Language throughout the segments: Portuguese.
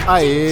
Aê!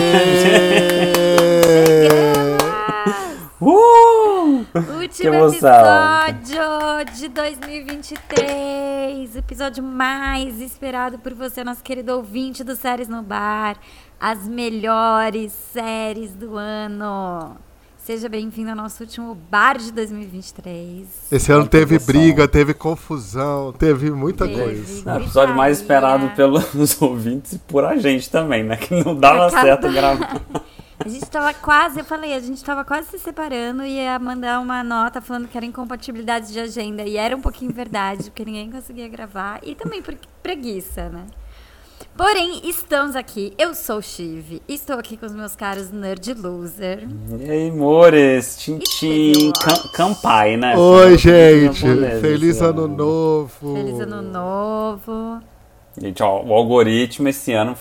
Último episódio de 2023. O episódio mais esperado por você, nosso querido ouvinte do Séries no Bar. As melhores séries do ano. Seja bem-vindo ao nosso último bar de 2023. Esse ano teve briga, teve confusão, teve muita coisa. É o episódio mais esperado pelos ouvintes e por a gente também, né? Que não dava certo gravar. A gente tava quase, eu falei, a gente tava quase se separando e ia mandar uma nota falando que era incompatibilidade de agenda. E era um pouquinho verdade, porque ninguém conseguia gravar. E também por preguiça, né? Porém, estamos aqui. Eu sou o Chive. Estou aqui com os meus caros Nerd Loser. E aí, amores? Tintim, campai, né? Oi, gente. Feliz ano novo. Feliz ano novo. Gente, ó, o algoritmo esse ano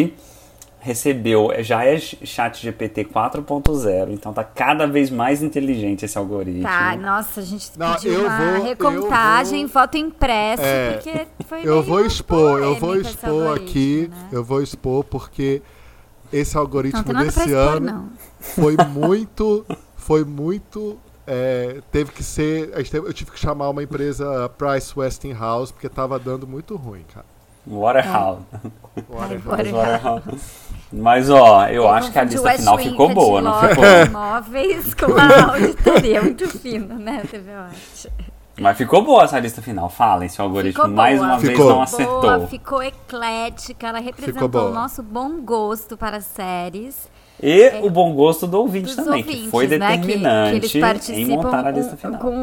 já é ChatGPT 4.0, então tá cada vez mais inteligente esse algoritmo. Tá, nossa, a gente pediu uma recontagem, foto impressa, porque foi eu vou expor aqui, né? eu vou expor porque esse algoritmo desse expor, ano não. foi muito teve que ser, eu tive que chamar uma empresa Price Westinghouse, porque tava dando muito ruim, cara. Waterhouse. Mas, ó, eu acho que a lista final ficou boa, não ficou? Imóveis com a auditoria, muito fino, né, TVOT? Mas ficou boa essa lista final, falem, se o algoritmo mais uma vez não acertou. Ficou eclética, ela representou o nosso bom gosto para as séries. E o bom gosto do ouvinte também, ouvintes, que foi determinante, né, que em montar a lista final. Com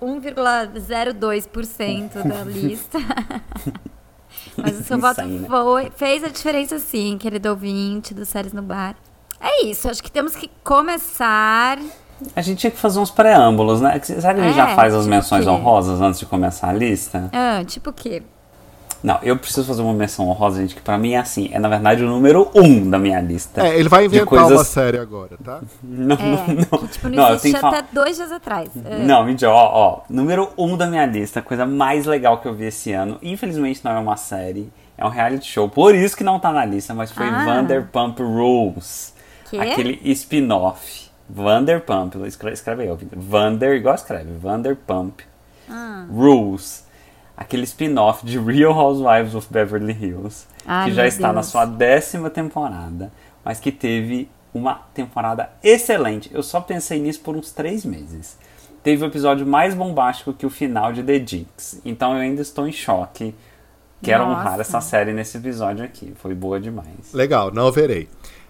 1,02% da lista. Mas o seu voto fez a diferença, sim, querido ouvinte do Séries no Bar. É isso, acho que temos que começar. A gente tinha que fazer uns preâmbulos, né? Sabe que a gente já faz as menções honrosas antes de começar a lista? Tipo o quê? Não, eu preciso fazer uma menção honrosa, gente, que pra mim é assim, é na verdade o número 1 da minha lista. Ele vai inventar uma série agora, tá? Não. Que, tipo, não existe até 2 dias atrás. Não, mentira, ó, número 1 da minha lista, a coisa mais legal que eu vi esse ano, infelizmente não é uma série, é um reality show, por isso que não tá na lista, mas foi Vanderpump Rules. Que? Aquele spin-off. Vanderpump, escreve aí, ouvindo. Igual escreve, Vanderpump Rules. Aquele spin-off de Real Housewives of Beverly Hills, que já está na sua 10ª temporada, mas que teve uma temporada excelente. Eu só pensei nisso por uns 3 meses. Teve o episódio mais bombástico que o final de The Jinx. Então eu ainda estou em choque. Quero honrar essa série nesse episódio aqui. Foi boa demais. Legal, não verei.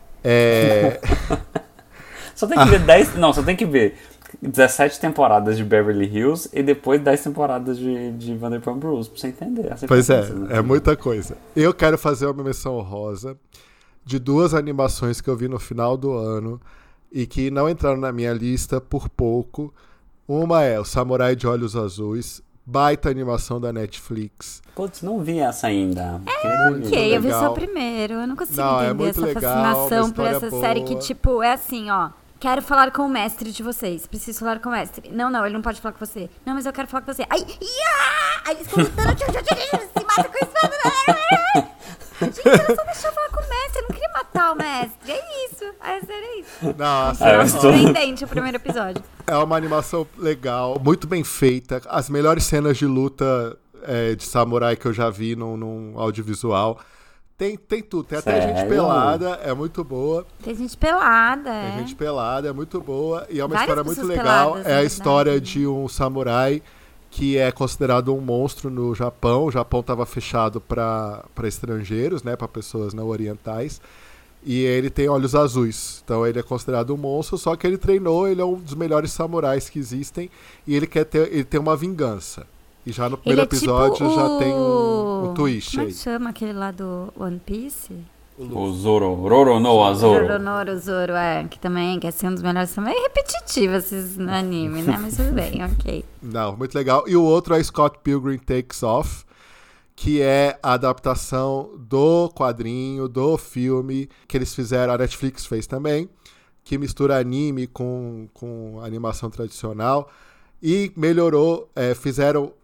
Só tem que ver 10... Não, só tem que ver 17 temporadas de Beverly Hills e depois 10 temporadas de Vanderpump Rules, pra você entender. Pois é muita coisa. Eu quero fazer uma menção honrosa de 2 animações que eu vi no final do ano e que não entraram na minha lista por pouco. Uma é o Samurai de Olhos Azuis, baita animação da Netflix. Putz, não vi essa ainda. Eu vi só o primeiro. Eu não consigo entender essa fascinação por essa série que, tipo, é assim, ó. Quero falar com o mestre de vocês. Preciso falar com o mestre. Não, ele não pode falar com você. Não, mas eu quero falar com você. Aí eles ficam lutando, se mata com a espada. Gente, ela só deixou eu falar com o mestre. Eu não queria matar o mestre. É isso. A série é isso. Nossa, surpreendente o primeiro episódio. É uma animação legal, muito bem feita. As melhores cenas de luta de samurai que eu já vi num audiovisual. Tem tudo, tem até gente pelada, é muito boa. Tem gente pelada, Tem gente pelada, é muito boa. E é uma Várias história muito legal. Peladas, é a história de um samurai que é considerado um monstro no Japão. O Japão estava fechado para estrangeiros, né, para pessoas não orientais. E ele tem olhos azuis. Então ele é considerado um monstro, só que ele treinou, ele é um dos melhores samurais que existem. E ele tem uma vingança. E já no primeiro episódio tipo já tem um twist Como é aí. que chama aquele lá do One Piece? O Zoro. Roronoa Zoro. Roronoa Zoro, que também quer ser um dos melhores. São meio repetitivos esses no anime, né? Mas tudo bem, ok. Não, muito legal. E o outro é Scott Pilgrim Takes Off, que é a adaptação do quadrinho, do filme que eles fizeram, a Netflix fez também, que mistura anime com animação tradicional. E melhorou, fizeram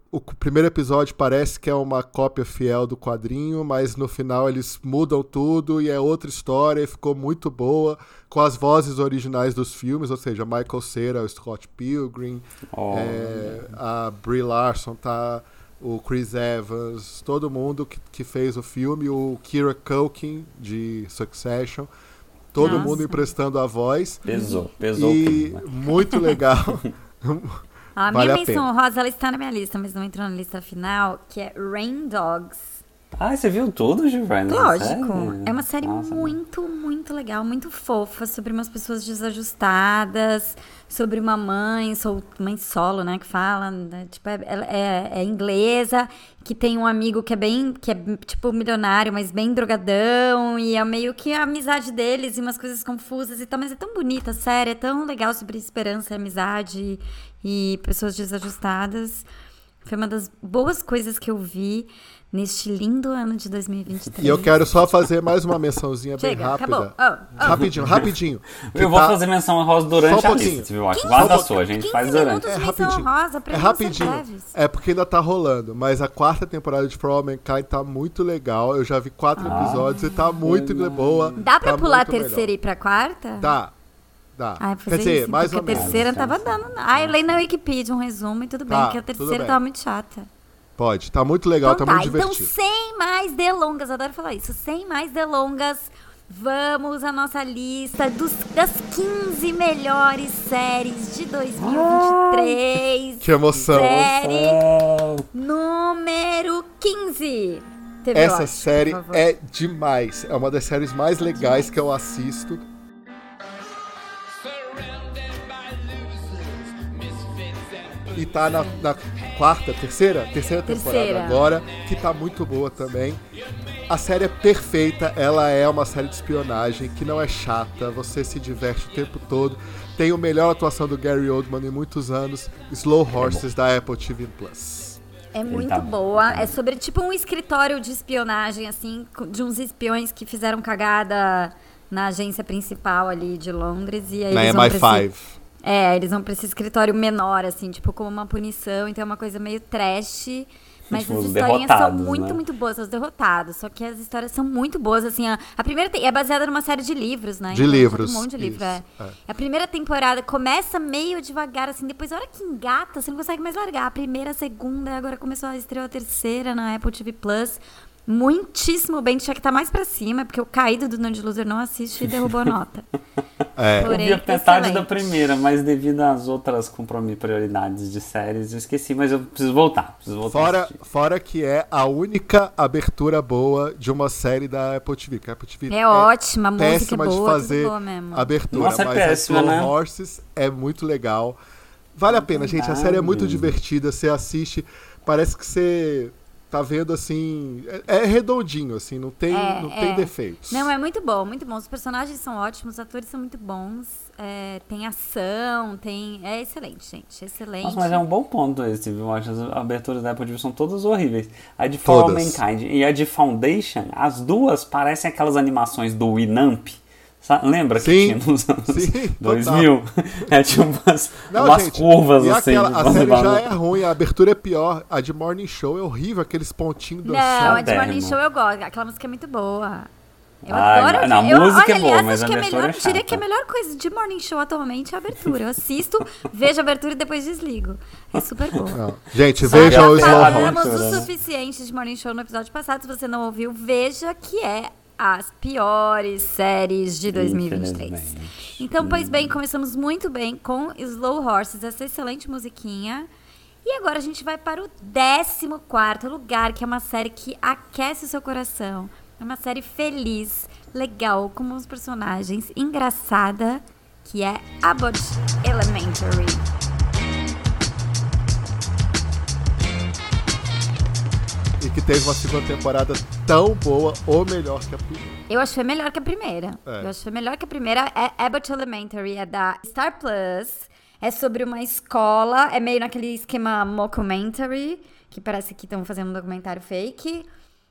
o primeiro episódio parece que é uma cópia fiel do quadrinho, mas no final eles mudam tudo e é outra história e ficou muito boa, com as vozes originais dos filmes, ou seja, Michael Cera, o Scott Pilgrim, a Brie Larson, o Chris Evans, todo mundo que fez o filme, o Kieran Culkin, de Succession, todo mundo emprestando a voz. Pesou. E muito legal. A minha menção honrosa, ela está na minha lista, mas não entrou na lista final, que é Rain Dogs. Ah, você viu tudo, Giovanna? Lógico. É uma série muito, muito legal, muito fofa, sobre umas pessoas desajustadas, sobre uma mãe solo, né, que fala, né, tipo, é inglesa, que tem um amigo que é tipo milionário, mas bem drogadão, e é meio que a amizade deles e umas coisas confusas e tal, mas é tão bonita a série, é tão legal sobre esperança e amizade e pessoas desajustadas. Foi uma das boas coisas que eu vi neste lindo ano de 2023. E eu quero só fazer mais uma mençãozinha bem rápida. Rapidinho. Eu vou fazer menção honrosa durante a lista, viu? Guarda a sua, a gente faz durante. É rapidinho. É porque ainda tá rolando, mas a 4ª temporada de For All Mankind tá muito legal. Eu já vi 4 episódios e tá muito boa. Dá pra pular a terceira e ir pra 4ª? Dá. Quer dizer, mais ou menos. A terceira não tava dando. Eu leio na Wikipedia um resumo e tudo bem, porque a terceira tava muito chata. Pode, tá muito legal, então, tá muito divertido. Então, sem mais delongas, adoro falar isso, sem mais delongas, vamos à nossa lista das 15 melhores séries de 2023. Que emoção! Série número 15. Essa série é demais, é uma das séries mais legais que eu assisto. E tá na terceira temporada agora, que tá muito boa também. A série é perfeita, ela é uma série de espionagem que não é chata, você se diverte o tempo todo. Tem a melhor atuação do Gary Oldman em muitos anos, Slow Horses, da Apple TV+. É muito boa, é sobre tipo um escritório de espionagem, assim, de uns espiões que fizeram cagada na agência principal ali de Londres. E aí na MI5. Eles vão pra esse escritório menor, assim, tipo, como uma punição. Então é uma coisa meio trash. Mas tipo, as historinhas são muito, muito boas. Os derrotados. Só que as histórias são muito boas, assim. A primeira é baseada numa série de livros, né? De livros. Um monte de livro, A primeira temporada começa meio devagar, assim. Depois, a hora que engata, você não consegue mais largar. A primeira, a segunda, agora começou a estrear a terceira na Apple TV+. Muitíssimo bem, tinha que estar mais pra cima, porque o caído do Nerd Loser não assiste e derrubou a nota. Porém, eu vi metade da primeira, mas devido às outras prioridades de séries, eu esqueci, mas eu preciso voltar. Fora que é a única abertura boa de uma série da Apple TV. Que a Apple TV é ótima, a música é boa, de fazer boa mesmo. Abertura. Nossa, mas é péssima, Slow Horses é muito legal. Vale a pena, gente. A série é muito divertida. Você assiste, parece que você tá vendo, assim, é redondinho, assim, não tem defeitos. Não, é muito bom, muito bom. Os personagens são ótimos, os atores são muito bons, tem ação, é excelente, gente, excelente. Nossa, mas é um bom ponto esse, viu? As aberturas da Apple TV são todas horríveis. A de For All Mankind e a de Foundation, as duas parecem aquelas animações do Winamp. Lembra que tinha nos anos 2000? Tinha umas curvas assim. A série já é ruim, a abertura é pior. A de Morning Show é horrível, aqueles pontinhos dançando. Não, a de Morning Show eu gosto, aquela música é muito boa. Eu adoro. A música é boa, mas a abertura é chata. Eu diria que a melhor coisa de Morning Show atualmente é a abertura. Eu assisto, vejo a abertura e depois desligo. É super boa. Não. Gente, vejam os Slow Horses. Falamos o suficiente de Morning Show no episódio passado. Se você não ouviu, veja que é as piores séries de 2023. Então, pois bem, começamos muito bem com Slow Horses, essa excelente musiquinha. E agora a gente vai para o 14º lugar, que é uma série que aquece o seu coração. É uma série feliz, legal, com bons personagens, engraçada, que é Abbott Elementary. E que teve uma segunda temporada tão boa ou melhor que a primeira. Eu acho que foi melhor que a primeira. É Abbott Elementary, é da Star Plus. É sobre uma escola, é meio naquele esquema mockumentary, que parece que estão fazendo um documentário fake.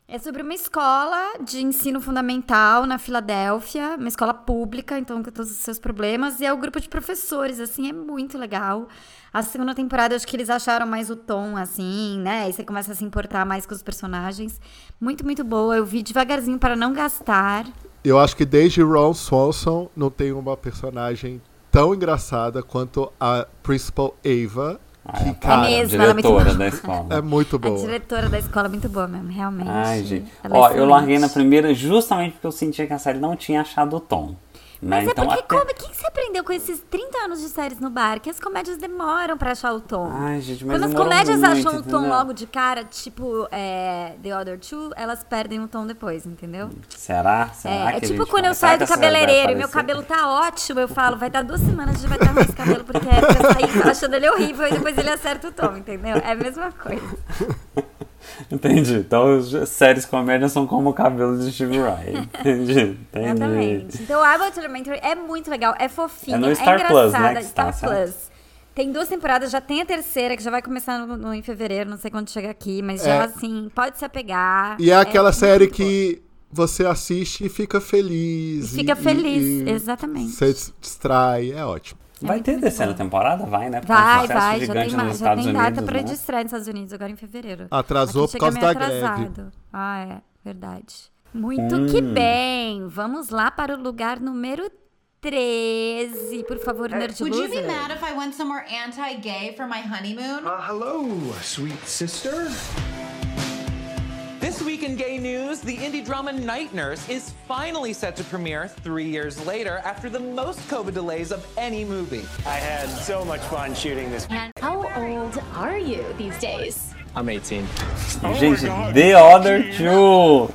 É sobre uma escola de ensino fundamental na Filadélfia, uma escola pública, então com todos os seus problemas, e é o grupo de professores, assim, é muito legal. A segunda temporada, acho que eles acharam mais o tom, assim, né, e você começa a se importar mais com os personagens. Muito, muito boa, eu vi devagarzinho para não gastar. Eu acho que desde Ron Swanson não tem uma personagem tão engraçada quanto a Principal Ava. Que, cara, é mesmo, diretora da escola. É muito boa. A diretora da escola é muito boa mesmo, realmente. Ai, gente. Ó, eu larguei na primeira justamente porque eu sentia que a série não tinha achado o tom. Né? Mas então, é porque, o que você aprendeu com esses 30 anos de séries no bar? Que as comédias demoram pra achar o tom. Ai, gente, mas quando as comédias muito, acham o tom entendeu? logo de cara, tipo The Other Two, elas perdem o tom depois, entendeu? Será? É tipo quando eu saio do cabeleireiro e meu cabelo tá ótimo, eu falo, vai dar 2 semanas, a gente vai estar com esse cabelo, porque eu saí achando ele horrível e depois ele acerta o tom, entendeu? É a mesma coisa. Entendi. Então, séries comédias são como o cabelo de Steve Ryan. Entendi. Exatamente. Então, Abbott Elementary é muito legal, é fofinho, é no Star engraçada. Plus, né, que Star está, Plus. Tem 2 temporadas, já tem a terceira, que já vai começar em fevereiro, não sei quando chega aqui, mas já, assim, pode se apegar. E é aquela série que você assiste e fica feliz. Fica feliz, exatamente. Você se distrai, é ótimo. Vai ter terceira temporada? Vai, né? Porque Vai, já tem data pra de estreia nos Estados Unidos, agora em fevereiro. Atrasou aqui por causa da atrasado. greve. Ah, é, verdade. Muito que bem. Vamos lá para o lugar número 13. Por favor, Nerd Would you be Loser. mad if I went somewhere anti-gay for my honeymoon? Hello, sweet sister. This week in gay news, the indie drama Night Nurse is finally set to premiere 3 years later after the most COVID delays of any movie. I had so much fun shooting this. How old are you these days? I'm 18. Gente, The Other Two!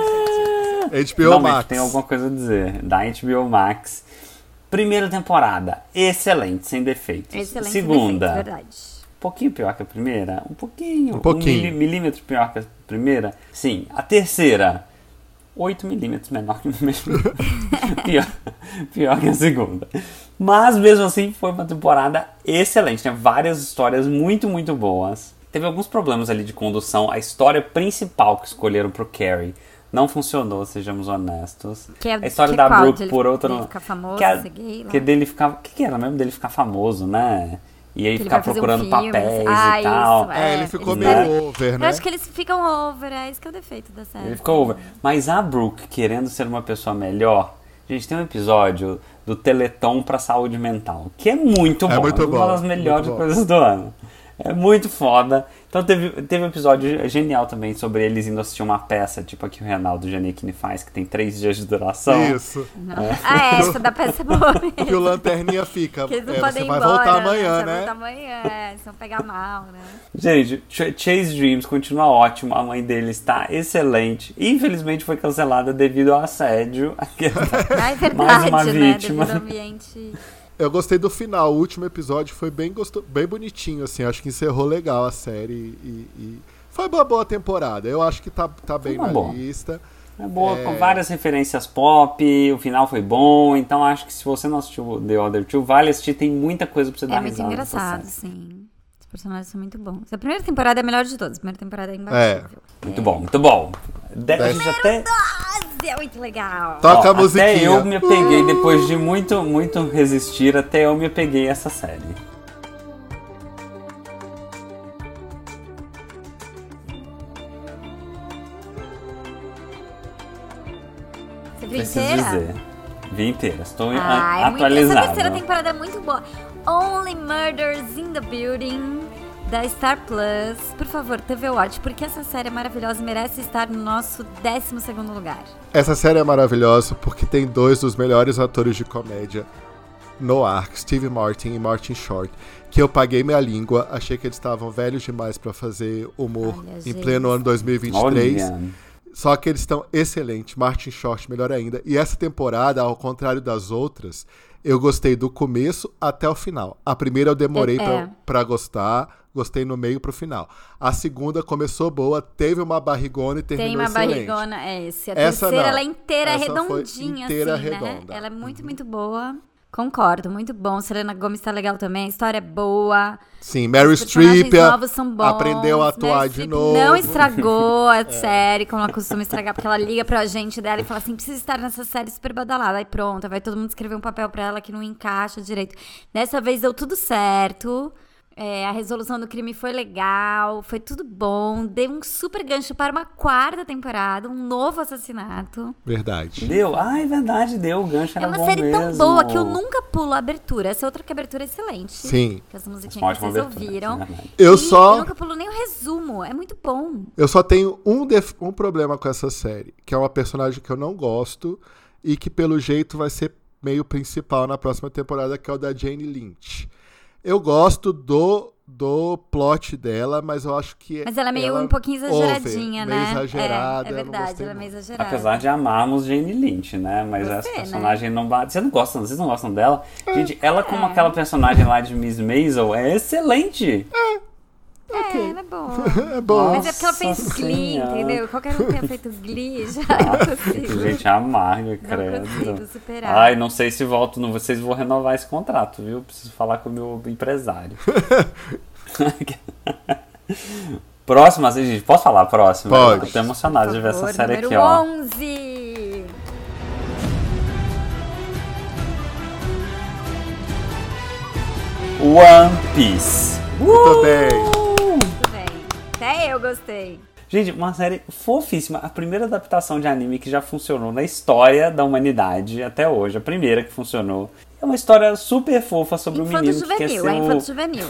HBO Não, Max. mas tem alguma coisa a dizer. Da HBO Max. Primeira temporada, excelente, sem defeitos. Excelente, Segunda, sem defeitos, verdade. um pouquinho pior que a primeira. Um pouquinho. Milímetro pior que a primeira. Sim. A terceira, 8 milímetros menor que a primeira. pior que a segunda. Mas mesmo assim foi uma temporada excelente. Tem várias histórias muito, muito boas. Teve alguns problemas ali de condução. A história principal que escolheram pro Carrie não funcionou, sejamos honestos. A história da Brooke, por outro lado. Dele ficar famoso, ser gay, que dele ficar. O que era mesmo dele ficar famoso, né? E aí que ficar procurando papéis e tal. Isso, ele ficou meio over, né? Eu acho que eles ficam over, é isso que é o defeito da série. Ele ficou over. Mas a Brooke, querendo ser uma pessoa melhor, a gente tem um episódio do Teleton pra saúde mental, que é muito bom. Muito bom. Uma das melhores coisas do ano. É muito foda. Então teve um episódio genial também sobre eles indo assistir uma peça, tipo a que o Reinaldo Giannichini faz, que tem 3 dias de duração. Isso. Essa da peça é boa mesmo. Que o Lanterninha fica. Que eles não você podem ir vai embora, voltar amanhã, Você né? vai voltar amanhã, eles vão pegar mal, né? Gente, Chase Dreams continua ótimo, a mãe dele está excelente. Infelizmente foi cancelada devido ao assédio. É verdade, mais uma né? vítima. Devido ao ambiente... Eu gostei do final, o último episódio foi bem bonitinho, assim, acho que encerrou legal a série e foi uma boa temporada. Eu acho que tá bem na lista. É boa, com várias referências pop, o final foi bom, então acho que se você não assistiu The Other Two, vale assistir, tem muita coisa pra você dar risada. É muito engraçado, sim. Os personagens são muito bons. A primeira temporada é a melhor de todas, a primeira temporada é imbatível. Muito bom, muito bom. A gente até... É muito legal. Toca a musiquinha. Até eu me apeguei, depois de muito, muito resistir, até eu me apeguei a essa série. Você viu Preciso inteira? dizer. Vi inteira, estou Essa atualizado. terceira temporada é muito boa. Only Murders in the Building, da Star Plus. Por favor, TV Watch, porque essa série é maravilhosa e merece estar no nosso 12º lugar. Essa série é maravilhosa porque tem 2 dos melhores atores de comédia no ar, Steve Martin e Martin Short, que eu paguei minha língua, achei que eles estavam velhos demais pra fazer humor em pleno ano 2023. Olha. Só que eles estão excelentes, Martin Short melhor ainda. E essa temporada, ao contrário das outras, eu gostei do começo até o final. A primeira eu demorei pra gostar, gostei no meio pro final. A segunda começou boa, teve uma barrigona e terminou excelente. Tem uma barrigona, A Essa terceira, não. ela é inteira Essa foi redondinha, inteira assim, redonda. né? Ela é muito, muito boa. Concordo, muito bom. Selena Gomez tá legal também, a história é boa. Sim, Meryl Streep aprendeu a atuar de novo. Não estragou a série, como ela costuma estragar, porque ela liga pro agente dela e fala assim, precisa estar nessa série super badalada. Aí pronto, vai todo mundo escrever um papel pra ela que não encaixa direito. Dessa vez deu tudo certo. A resolução do crime foi legal, foi tudo bom, deu um super gancho para uma 4ª temporada, um novo assassinato. Verdade. Deu? É verdade, deu, o gancho era bom mesmo. É uma série tão boa que eu nunca pulo a abertura. Essa é outra que a abertura é excelente. Sim. Que as musiquinhas que vocês ouviram. Eu nunca pulo nem o resumo, é muito bom. Eu só tenho um problema com essa série, que é uma personagem que eu não gosto e que pelo jeito vai ser meio principal na próxima temporada, que é o da Jane Lynch. Eu gosto do plot dela, mas eu acho que... Mas ela é meio um pouquinho exageradinha, né? Meio exagerada. É verdade, ela é meio exagerada. Apesar de amarmos Jane Lynch, né? Mas essa personagem não bate... Vocês não gostam dela? Gente, ela como aquela personagem lá de Miss Maisel é excelente. Ela é boa. É boa. Mas é porque ela fez Glee, entendeu? Qualquer um tenha feito Glee, já é possível. Gente, amarga, credo. Não consigo superar. Ai, não sei se volto, não vocês vão renovar esse contrato, viu? Preciso falar com o meu empresário. Próxima, gente, posso falar a próxima? Pode. Eu tô emocionado de ver essa série aqui, ó. ó. 11. One Piece. Muito bem. Muito bem. Até eu gostei. Gente, uma série fofíssima. A primeira adaptação de anime que já funcionou na história da humanidade até hoje. A primeira que funcionou. É uma história super fofa sobre um menino que quer ser infanto-juvenil.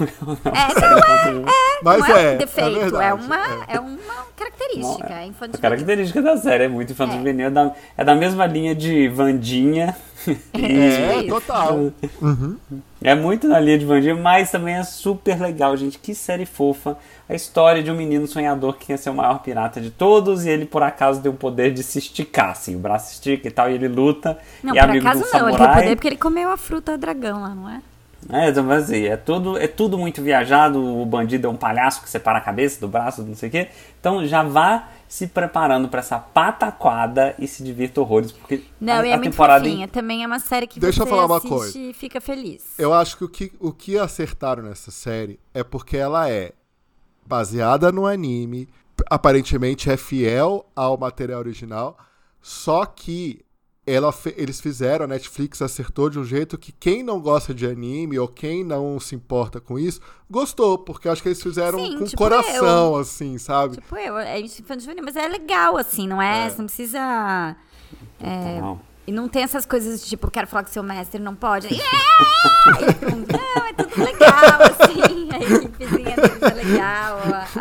Mas não é um defeito, defeito, é uma característica. A característica da série é muito infanto-juvenil. É da mesma linha de Wandinha. Total. Uhum. É muito na linha de Wandinha, mas também é super legal, gente. Que série fofa. A história de um menino sonhador que quer ser o maior pirata de todos e ele, por acaso, tem o poder de se esticar, assim. O braço estica e tal, e ele luta. Não, e por amigo acaso do não. samurai. Ele tem o poder porque ele comeu a fruta dragão lá, não é? Mas assim, é tudo muito viajado. O bandido é um palhaço que separa a cabeça do braço, não sei o quê. Então já vá se preparando pra essa pataquada e se divirta horrores, porque não, a é muito temporada fofinha. Também é uma série que Deixa você eu falar uma assiste coisa. E fica feliz. Eu acho que o que acertaram nessa série é porque ela é baseada no anime, aparentemente é fiel ao material original, só que eles fizeram, a Netflix acertou de um jeito que quem não gosta de anime ou quem não se importa com isso, gostou, porque eu acho que eles fizeram com tipo coração, assim, sabe? Tipo é infanto-juvenil, mas é legal, assim, não é? Você não precisa... E não tem essas coisas de, tipo, quero falar com seu mestre, não pode. Não, é tudo legal, assim. A equipezinha deles é legal.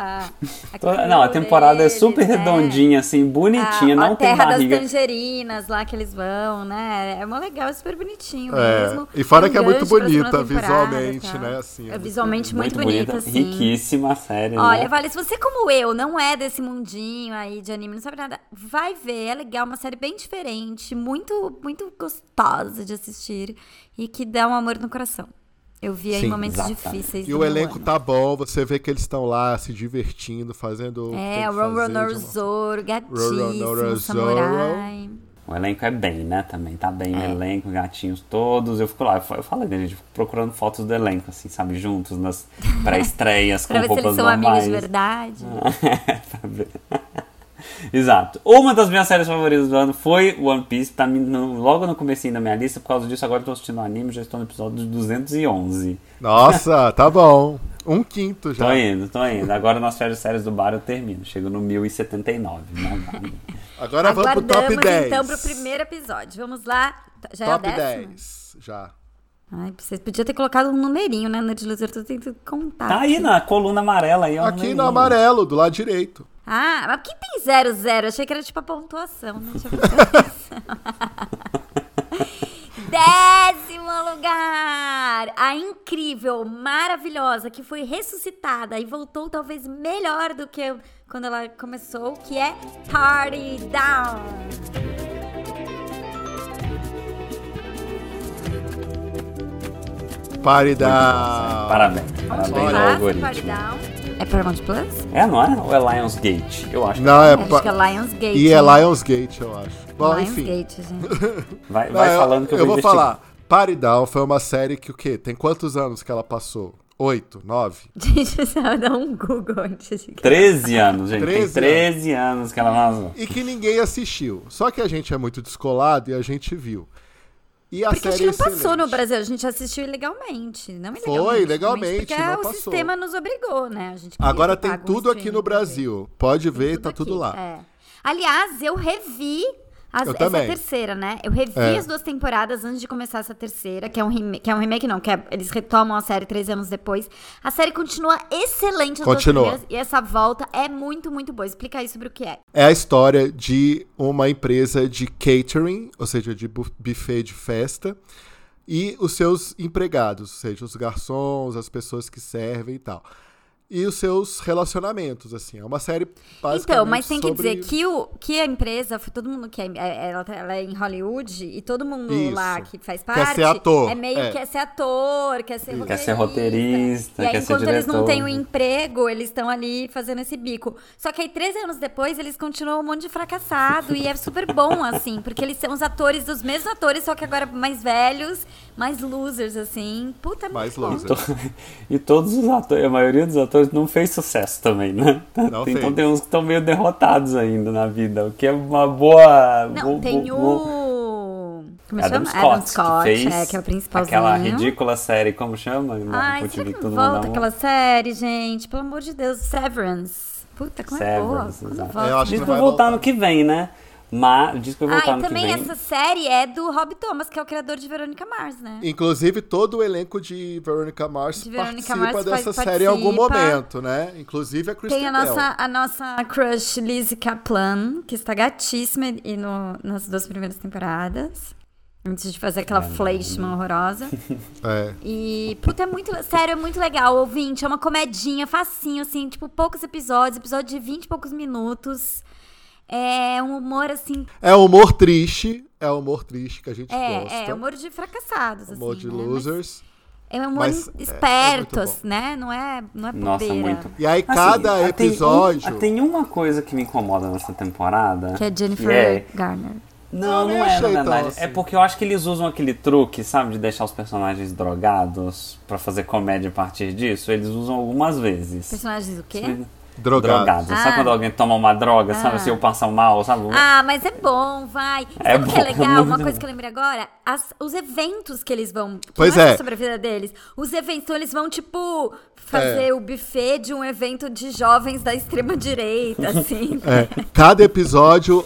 A temporada deles, é super redondinha, assim, bonitinha, não tem barriga. A terra das tangerinas lá que eles vão, né? É mó legal, é super bonitinho mesmo. E fora que é muito bonita visualmente, né? Assim, é visualmente muito bonita, assim. Riquíssima a série, Olha, né? Vale, se você como eu não é desse mundinho aí de anime, não sabe nada, vai ver, é legal, uma série bem diferente, muito gostosa de assistir e que dá um amor no coração. Eu vi aí momentos difíceis. E o elenco tá bom, você vê que eles estão lá se divertindo, fazendo. O Roronoa Zoro, gatíssimo, samurai. O elenco é bem, né? Também tá bem o elenco, gatinhos todos. Eu fico lá, eu falei, né, gente? Fico procurando fotos do elenco, assim, sabe? Juntos nas pré-estreias com roupas normais. Pra ver se eles são amigos de verdade. Pra ver. Exato. Uma das minhas séries favoritas do ano foi One Piece. Tá logo no comecinho da minha lista. Por causa disso, agora eu tô assistindo o anime. Já estou no episódio 211. Nossa, tá bom. 1/5 já. Tô indo. Agora nas séries do bar eu termino. Chego no 1079. Né? Agora vamos pro top 10. Então pro primeiro episódio. Vamos lá. Já top é o 10. Já. Ai, vocês podiam ter colocado um numerinho, né? No de luz, eu tô tentando contar. Tá aí na coluna amarela. Aí, aqui no amarelo, do lado direito. Ah, mas aqui tem 00. Achei que era tipo a pontuação. Não tinha pontuação. 10º lugar. A incrível, maravilhosa, que foi ressuscitada e voltou talvez melhor do que quando ela começou, que é Party Down. Party Down. Parabéns ao algoritmo. Party Down. É Paramount Plus? Não é? Ou é Lionsgate? Eu acho que não, acho que é Lionsgate. E é Lionsgate, eu acho. Bom, Lionsgate, enfim. gente. Vai falando que eu vou falar. Party Down foi uma série que o quê? Tem quantos anos que ela passou? 8, 9? Gente, você vai dar um Google antes de... 13 anos, gente. Tem 13 anos que ela vazou. E que ninguém assistiu. Só que a gente é muito descolado e a gente viu. E a porque série acho que não excelente. passou no Brasil, a gente assistiu ilegalmente. Não ilegalmente. Foi, legalmente, porque não o passou. sistema nos obrigou, né? A gente Agora tem tudo aqui no Brasil. Pode ver, tá tudo lá. É. Aliás, eu revi essa terceira, né? Eu revi as 2 temporadas antes de começar essa terceira, que é um remake, não, eles retomam a série 3 anos depois. A série continua excelente as 2 primeiras, e essa volta é muito, muito boa. Explica aí sobre o que é. É a história de uma empresa de catering, ou seja, de buffet de festa, e os seus empregados, ou seja, os garçons, as pessoas que servem e tal. E os seus relacionamentos, assim. É uma série basicamente então, mas tem que dizer que a empresa, todo mundo que ela é em Hollywood, e todo mundo lá que faz parte... Quer ser ator. É meio quer ser ator, quer ser roteirista. Quer ser roteirista, e aí, quer ser diretor. Enquanto eles não têm um emprego, eles estão ali fazendo esse bico. Só que aí, 13 anos depois, eles continuam um monte de fracassado. E é super bom, assim, porque eles são os atores, os mesmos atores, só que agora mais velhos, mais losers, assim. Puta, mais muito losers. bom. E todos os atores, a maioria dos atores não fez sucesso também, né? Então tem uns que estão meio derrotados ainda na vida, o que é uma boa... Não, tem o... Como Adam chama? Scott, Adam que Scott, fez que é o principalzinho. aquela ridícula série, como chama? Ai, será que não volta aquela série, gente? Pelo amor de Deus, Severance. Puta, como é boa. Diz que vai voltar no que vem, né? Mas diz que vai voltar no que vem. E também essa série é do Rob Thomas, que é o criador de Veronica Mars, né? Inclusive, todo o elenco de Veronica Mars participa dessa série em algum momento, né? Inclusive a Kristen Bell. Tem a nossa crush Lizzie Kaplan, que está gatíssima nas 2 primeiras temporadas. Antes de fazer aquela Fleischmann horrorosa. E, puta, sério, é muito legal, ouvinte. É uma comedinha, facinho, assim, tipo, poucos episódio de 20 e poucos minutos. É um humor, assim... É humor triste que a gente gosta. É humor de fracassados, humor assim, de né? losers. É um humor espertos, né? Não é bobeira. Nossa, muito. E aí, cada episódio... Tem uma coisa que me incomoda nessa temporada. Que é Jennifer Garner. Não é, na verdade. Assim. É porque eu acho que eles usam aquele truque, sabe? De deixar os personagens drogados pra fazer comédia a partir disso. Eles usam algumas vezes. Personagens o quê? Drogados. Sabe quando alguém toma uma droga, sabe? Se eu passar mal, sabe? Mas é bom, vai. Sabe o que é legal? Uma coisa que eu lembrei agora? Os eventos que eles vão... Pois não é sobre a vida deles. Os eventos, então eles vão, tipo, fazer o buffet de um evento de jovens da extrema-direita, assim. Cada episódio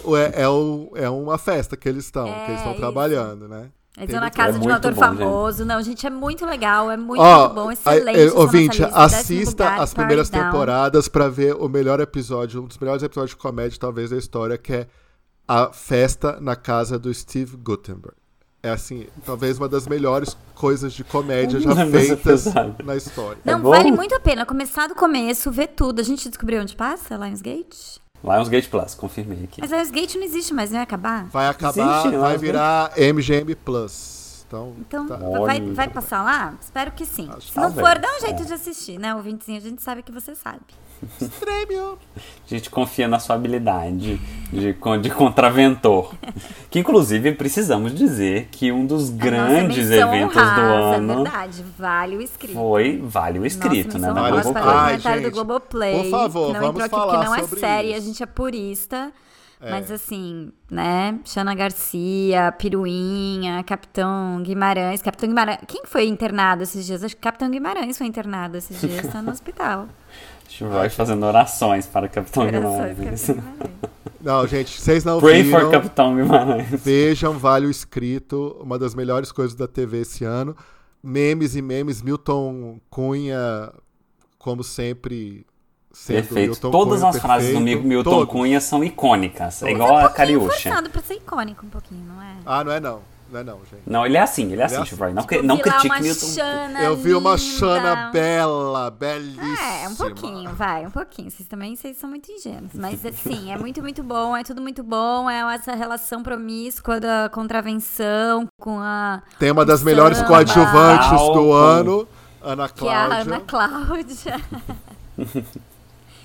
é uma festa que eles estão trabalhando, né? Eles vão na casa de um ator famoso. Gente. Não, gente, é muito legal, é muito bom, excelente. Ouvinte, assista as primeiras temporadas pra ver o melhor episódio, um dos melhores episódios de comédia, talvez, da história, que é a festa na casa do Steve Guttenberg. É, assim, talvez uma das melhores coisas de comédia já feitas na história. Não, vale muito a pena começar do começo, ver tudo. A gente descobriu onde passa, Lionsgate? Lionsgate Plus, confirmei aqui. Mas Lionsgate não existe mais, vai acabar? Vai acabar, existe, vai virar MGM Plus. Então tá. vai passar lá? Espero que sim. Se não for, dá um jeito de assistir, né? Ouvintezinho, a gente sabe que você sabe. Extremo. A gente confia na sua habilidade de contraventor. Que, inclusive, precisamos dizer que um dos grandes eventos do ano... É verdade, Vale o Escrito. Foi Vale o Escrito, né? Vale o comentário do Globoplay. Por favor, que não vamos entrou aqui, falar porque não é série, isso. A gente é purista. Mas assim, né? Xana Garcia, Piruinha, Capitão Guimarães. Quem foi internado esses dias? Acho que Capitão Guimarães foi internado esses dias, tá no hospital. Roy fazendo orações para o Capitão Guimarães. Não, gente, vocês não Pray viram. for Capitão Guimarães. Vejam Vale o Escrito, uma das melhores coisas da TV esse ano. Memes, Milton Cunha, como sempre... Perfeito. Todas as frases do Milton Cunha são icônicas. É igual a Cariúcha. É forçado pra ser icônico um pouquinho, não é? Não é não. Não é não, gente. Não, ele é assim, Chivalry. Não critique Milton. Eu vi uma Xana bela, belíssima. Um pouquinho, um pouquinho. Vocês são muito ingênuos. Mas assim, é muito, muito bom, é tudo muito bom. É essa relação promíscua da contravenção com a... Tem uma das melhores coadjuvantes do ano, Ana Cláudia. Que é a Ana Cláudia.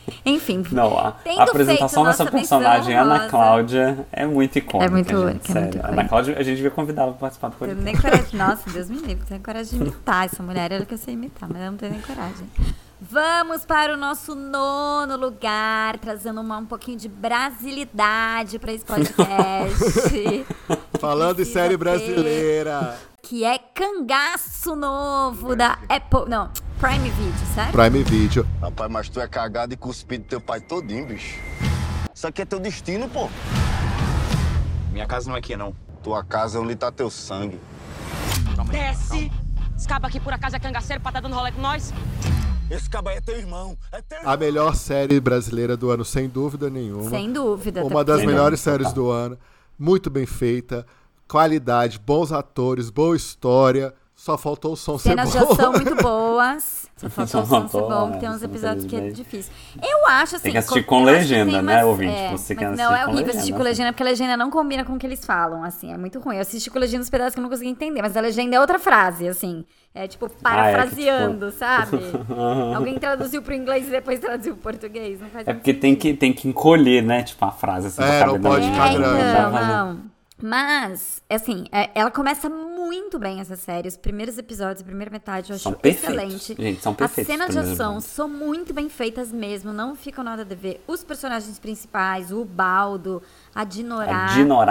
Enfim. Não, a apresentação dessa personagem, Ana Cláudia, é muito icônica. É muito única, é muito icônica. Ana Cláudia, a gente devia convidá-la pra participar do podcast. Eu nem coragem. Nossa, Deus me livre, eu tenho coragem de imitar essa mulher. Ela que eu sei imitar, mas eu não tenho nem coragem. Vamos para o nosso 9º lugar, trazendo um pouquinho de brasilidade para esse podcast. Falando em série brasileira. Que é Cangaço Novo da Apple. Não, Prime Video, certo? Prime Video. Rapaz, mas tu é cagado e cuspido teu pai todinho, bicho. Isso aqui é teu destino, pô. Minha casa não é aqui, não. Tua casa é onde tá teu sangue. Desce! Esse cabo aqui por acaso é cangaceiro pra tá dando rolê com nós? Esse cabo aí é teu irmão. A melhor série brasileira do ano, sem dúvida nenhuma. Sem dúvida. Uma das melhores séries do ano. Muito bem feita. Qualidade, bons atores, boa história. Só faltou o som ser bom. Cenas de ação muito boas. Só faltou o som ser bom, porque tem uns episódios que é difícil. Eu acho assim... Tem que assistir com legenda, né, ouvinte? Você quer assistir não, é horrível assistir com legenda, porque a legenda não combina com o que eles falam, assim. É muito ruim. Eu assisti com legenda nos pedaços que eu não consegui entender, mas a legenda é outra frase, assim. É tipo, parafraseando, sabe? Alguém traduziu pro inglês e depois traduziu pro português. Não faz porque tem que encolher, né? Tipo, a frase. Assim, não pode ficar grande. Não. Mas, assim, ela começa muito bem essa série. Os primeiros episódios, a primeira metade, eu acho excelente. Gente, são perfeitos. As cenas de ação são muito bem feitas mesmo, não ficam nada a dever. Os personagens principais, o Baldo, a Dinorá.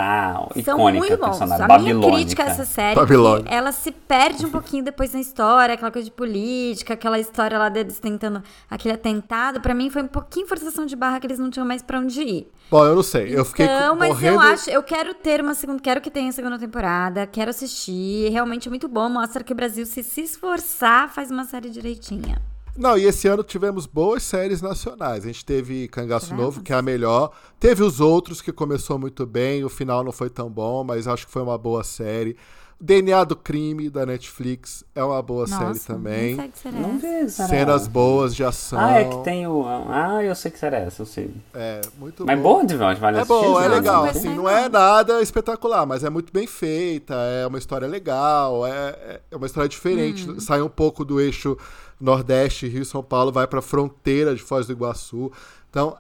São icônica, muito bons. A minha crítica a essa série é que ela se perde um pouquinho depois na história, aquela coisa de política, aquela história lá deles tentando aquele atentado. Pra mim foi um pouquinho forçação de barra que eles não tinham mais pra onde ir. Bom, eu não sei. Eu fiquei mas eu quero ter quero que tenha a segunda temporada, quero assistir. Realmente é muito bom, mostra que o Brasil, se esforçar, faz uma série direitinha. Não, e esse ano tivemos boas séries nacionais. A gente teve Cangaço Novo, que é a melhor. Teve os outros, que começou muito bem. O final não foi tão bom, mas acho que foi uma boa série. DNA do Crime, da Netflix, é uma boa série também. Não vi, cenas boas de ação. É que tem o... eu sei que será essa, eu sei. É, muito mas boa de verdade, vale assistir. É boa, é legal. Assim, não é nada espetacular, mas é muito bem feita, é uma história legal, é uma história diferente. Sai um pouco do eixo Nordeste, Rio, São Paulo, vai pra fronteira de Foz do Iguaçu. Então,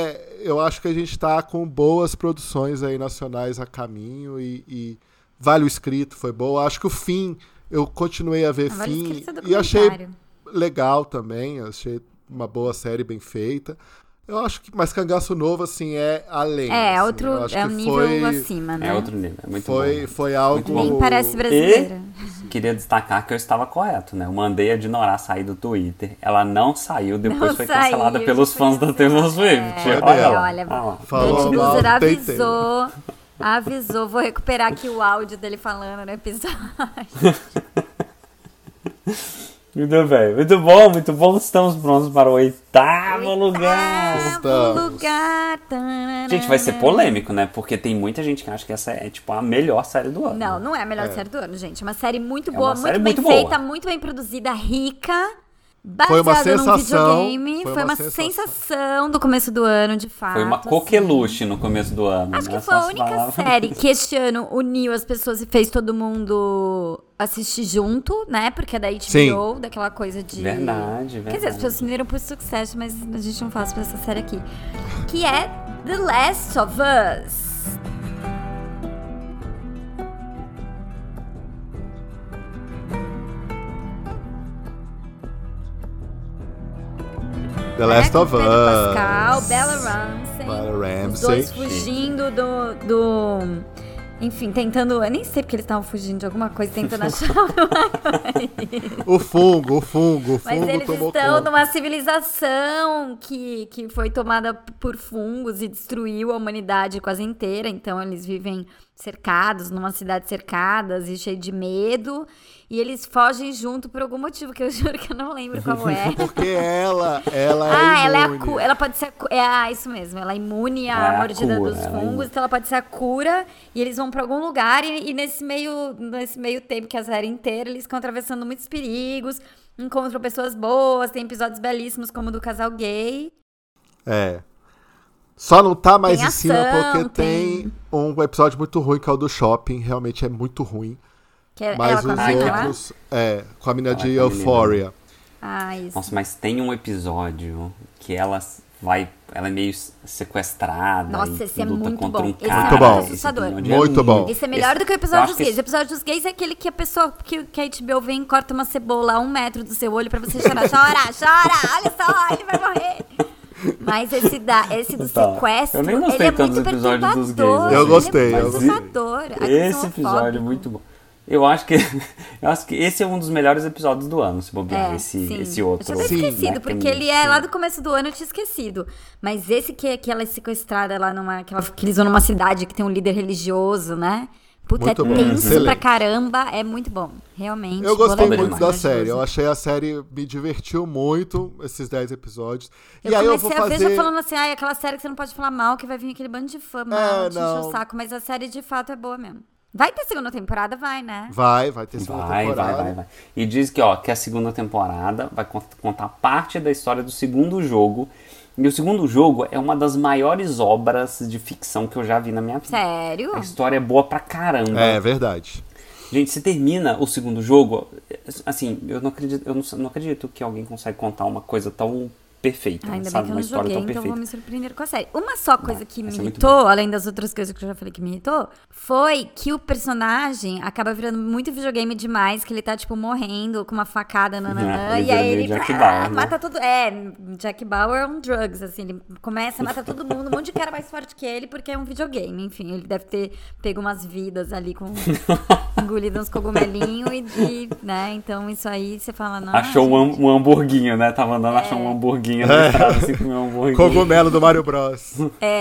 eu acho que a gente tá com boas produções aí nacionais a caminho e Vale o Escrito, foi boa. Acho que o Fim, eu continuei a ver Fim e achei legal também. Achei uma boa série, bem feita. Eu acho que, mas Cangaço Novo, assim, é além. É, assim, outro, é um nível acima, né? É outro nível, é muito bom. Foi algo... Nem parece brasileira. E queria destacar que eu estava correto, né? Eu mandei a Dinorá sair do Twitter. Ela não saiu, depois foi cancelada pelos fãs da Taylor Swift. Olha, Dutch avisou, vou recuperar aqui o áudio dele falando no episódio. Muito bom. Estamos prontos para o 8º lugar. Gente, vai ser polêmico, né? Porque tem muita gente que acha que essa é, tipo, a melhor série do ano. Não é a melhor série do ano, gente. É uma série muito boa, muito bem feita, muito bem produzida, rica. Baseada num videogame. Foi uma sensação do começo do ano, de fato. Foi uma coqueluche no começo do ano. Acho que foi a única série que este ano uniu as pessoas e fez todo mundo assistir junto, né? Porque daí HBO, daquela coisa de... Verdade. Quer dizer, as pessoas se uniram por sucesso, mas a gente não faz pra essa série aqui. Que é The Last of Us. The Last of Us. Pascal, Bella Ramsey. Os dois fugindo do... Enfim, tentando... Eu nem sei porque eles estavam fugindo de alguma coisa, tentando achar o fungo Mas eles estão numa civilização que foi tomada por fungos e destruiu a humanidade quase inteira. Então, eles vivem cercados, numa cidade cercadas e cheio de medo. E eles fogem junto por algum motivo, que eu juro que eu não lembro qual é. Porque ela é imune. Ela pode ser isso mesmo. Ela é imune à mordida dos fungos, então ela pode ser a cura. E eles vão pra algum lugar e nesse meio tempo que a série inteira, eles ficam atravessando muitos perigos, encontram pessoas boas, tem episódios belíssimos como o do casal gay. Só não tá mais em cima porque tem um episódio muito ruim, que é o do shopping. Realmente é muito ruim. Mas os outros... com a mina de Euphoria. Isso. Nossa, mas tem um episódio que ela ela é meio sequestrada. Nossa, esse é muito contra bom. Um esse cara, é muito assustador. Muito bom. Esse é melhor do que o episódio dos gays. O episódio dos gays é aquele que a pessoa, que a HBO vem e corta uma cebola a 1 metro do seu olho pra você chorar. Chora, olha só, ele vai morrer. Mas esse do sequestro, eu nem gostei tanto dos episódios dos gays. Eu gostei. Esse episódio é muito bom. Eu acho que esse é um dos melhores episódios do ano, se bobear, esse outro. Eu tinha esquecido, porque ele é lá do começo do ano, eu tinha esquecido. Mas esse que ela é sequestrada lá que eles vão numa cidade que tem um líder religioso, né? Puta, muito é tenso pra caramba, é muito bom, realmente. Eu gostei muito da série, eu achei a série, me divertiu muito, esses 10 episódios. E aí eu vou fazer... já falando assim, aquela série que você não pode falar mal, que vai vir aquele bando de fã mal, te encher o saco, mas a série de fato é boa mesmo. Vai ter segunda temporada? Vai, né? Vai ter segunda temporada. Vai. E diz que a segunda temporada vai contar parte da história do segundo jogo. E o segundo jogo é uma das maiores obras de ficção que eu já vi na minha vida. Sério? A história é boa pra caramba. É verdade. Gente, se termina o segundo jogo, assim, eu não acredito que alguém consegue contar uma coisa tão perfeita, ainda sabe? Bem que eu uma não história joguei, tão perfeita. Então vou me surpreender com a série. Uma só coisa que me irritou, além das outras coisas que eu já falei que me irritou, foi que o personagem acaba virando muito videogame demais, que ele tá, tipo, morrendo com uma facada, e aí ele Jack Bauer, mata todo... Jack Bauer on drugs, assim, ele começa a matar todo mundo, um monte de cara mais forte que ele, porque é um videogame, enfim, ele deve ter pego umas vidas ali, engolido uns cogumelinhos né, então isso aí você fala, não... Achou um hamburguinho, né, tava andando, achou um hamburguinho. Cogumelo do Mario Bros.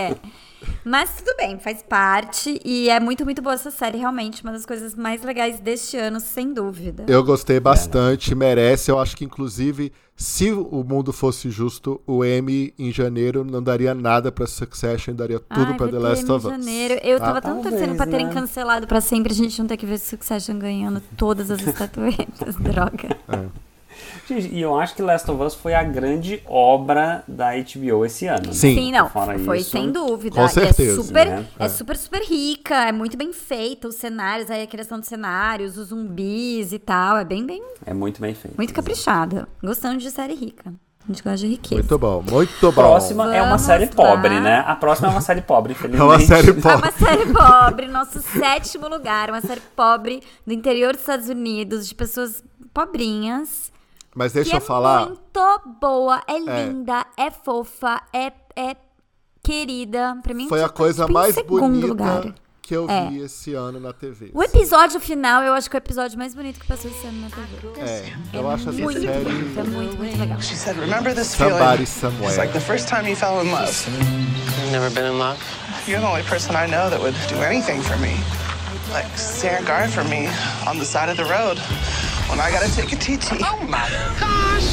Mas tudo bem, faz parte. E é muito, muito boa essa série, realmente. Uma das coisas mais legais deste ano, sem dúvida. Eu gostei bastante, merece. Eu acho que, inclusive, se o mundo fosse justo, o Emmy em janeiro não daria nada pra Succession, daria tudo pra The Last of Us. Eu tava tão torcendo pra terem cancelado pra sempre, a gente não ter que ver Succession ganhando todas as estatuetas. Droga. E eu acho que Last of Us foi a grande obra da HBO esse ano. Sim, não, foi isso, sem dúvida. Com certeza. É super rica, é muito bem feita, os cenários, aí a criação de cenários, os zumbis e tal, é bem... É muito bem feito. Muito caprichada. Gostando de série rica. A gente gosta de riqueza. Muito bom, muito bom. A próxima é uma série pobre, né? A próxima é uma série pobre, infelizmente. É uma série pobre. É uma série pobre, nosso 7º lugar. Uma série pobre do interior dos Estados Unidos, de pessoas pobrinhas. Mas deixa eu falar. É muito boa, é linda, é fofa, é querida. Pra mim, foi a coisa mais bonita que eu vi esse ano na TV. O episódio final, eu acho que é o episódio mais bonito que passou esse ano na TV. Eu acho essa série. É muito, muito legal. She said, remember this Somebody feeling? Somewhere. It's like the first time you fell in love. I've never been in love. You're the only person I know that would do anything for me. Like stand guard for me on the side of the road when I gotta take a TT. Oh my gosh!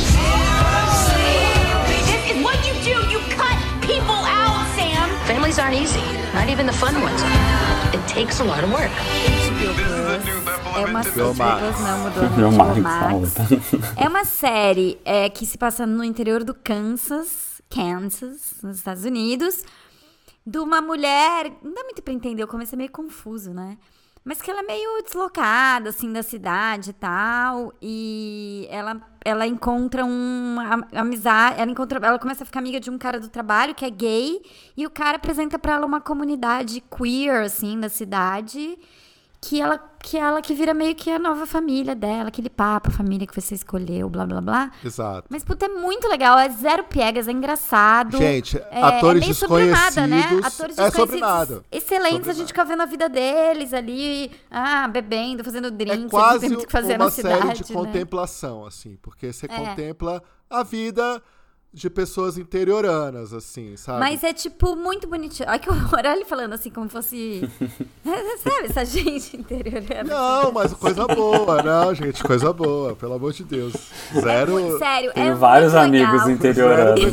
This is what you do. You cut people out, Sam. Families aren't easy, not even the fun ones. It takes a lot of work. É uma série, é uma série que se passa no interior do Kansas, nos Estados Unidos, de uma mulher, não dá muito pra entender, o começo é meio confuso, né? Mas que ela é meio deslocada, assim, da cidade e tal. E ela encontra uma amizade. Ela começa a ficar amiga de um cara do trabalho que é gay. E o cara apresenta pra ela uma comunidade queer, assim, da cidade. Que vira meio que a nova família dela. Aquele papo, a família que você escolheu, blá, blá, blá. Exato. Mas, puta, é muito legal. É zero piegas, é engraçado. Gente, atores desconhecidos. Sobre nada, né? Atores desconhecidos. Sobre nada. Excelentes, sobre a gente fica vendo a vida deles ali, bebendo, fazendo drinks. É quase tem muito que fazer uma na série cidade, de né? contemplação, assim. Porque você contempla a vida de pessoas interioranas, assim, sabe? Mas é, tipo, muito bonitinho. Olha que horror, olha ele falando assim, como fosse... Sabe, essa gente interiorana. Não, mas coisa boa. Não, gente, coisa boa. Pelo amor de Deus. Zero... Sério, Tenho vários amigos interioranos.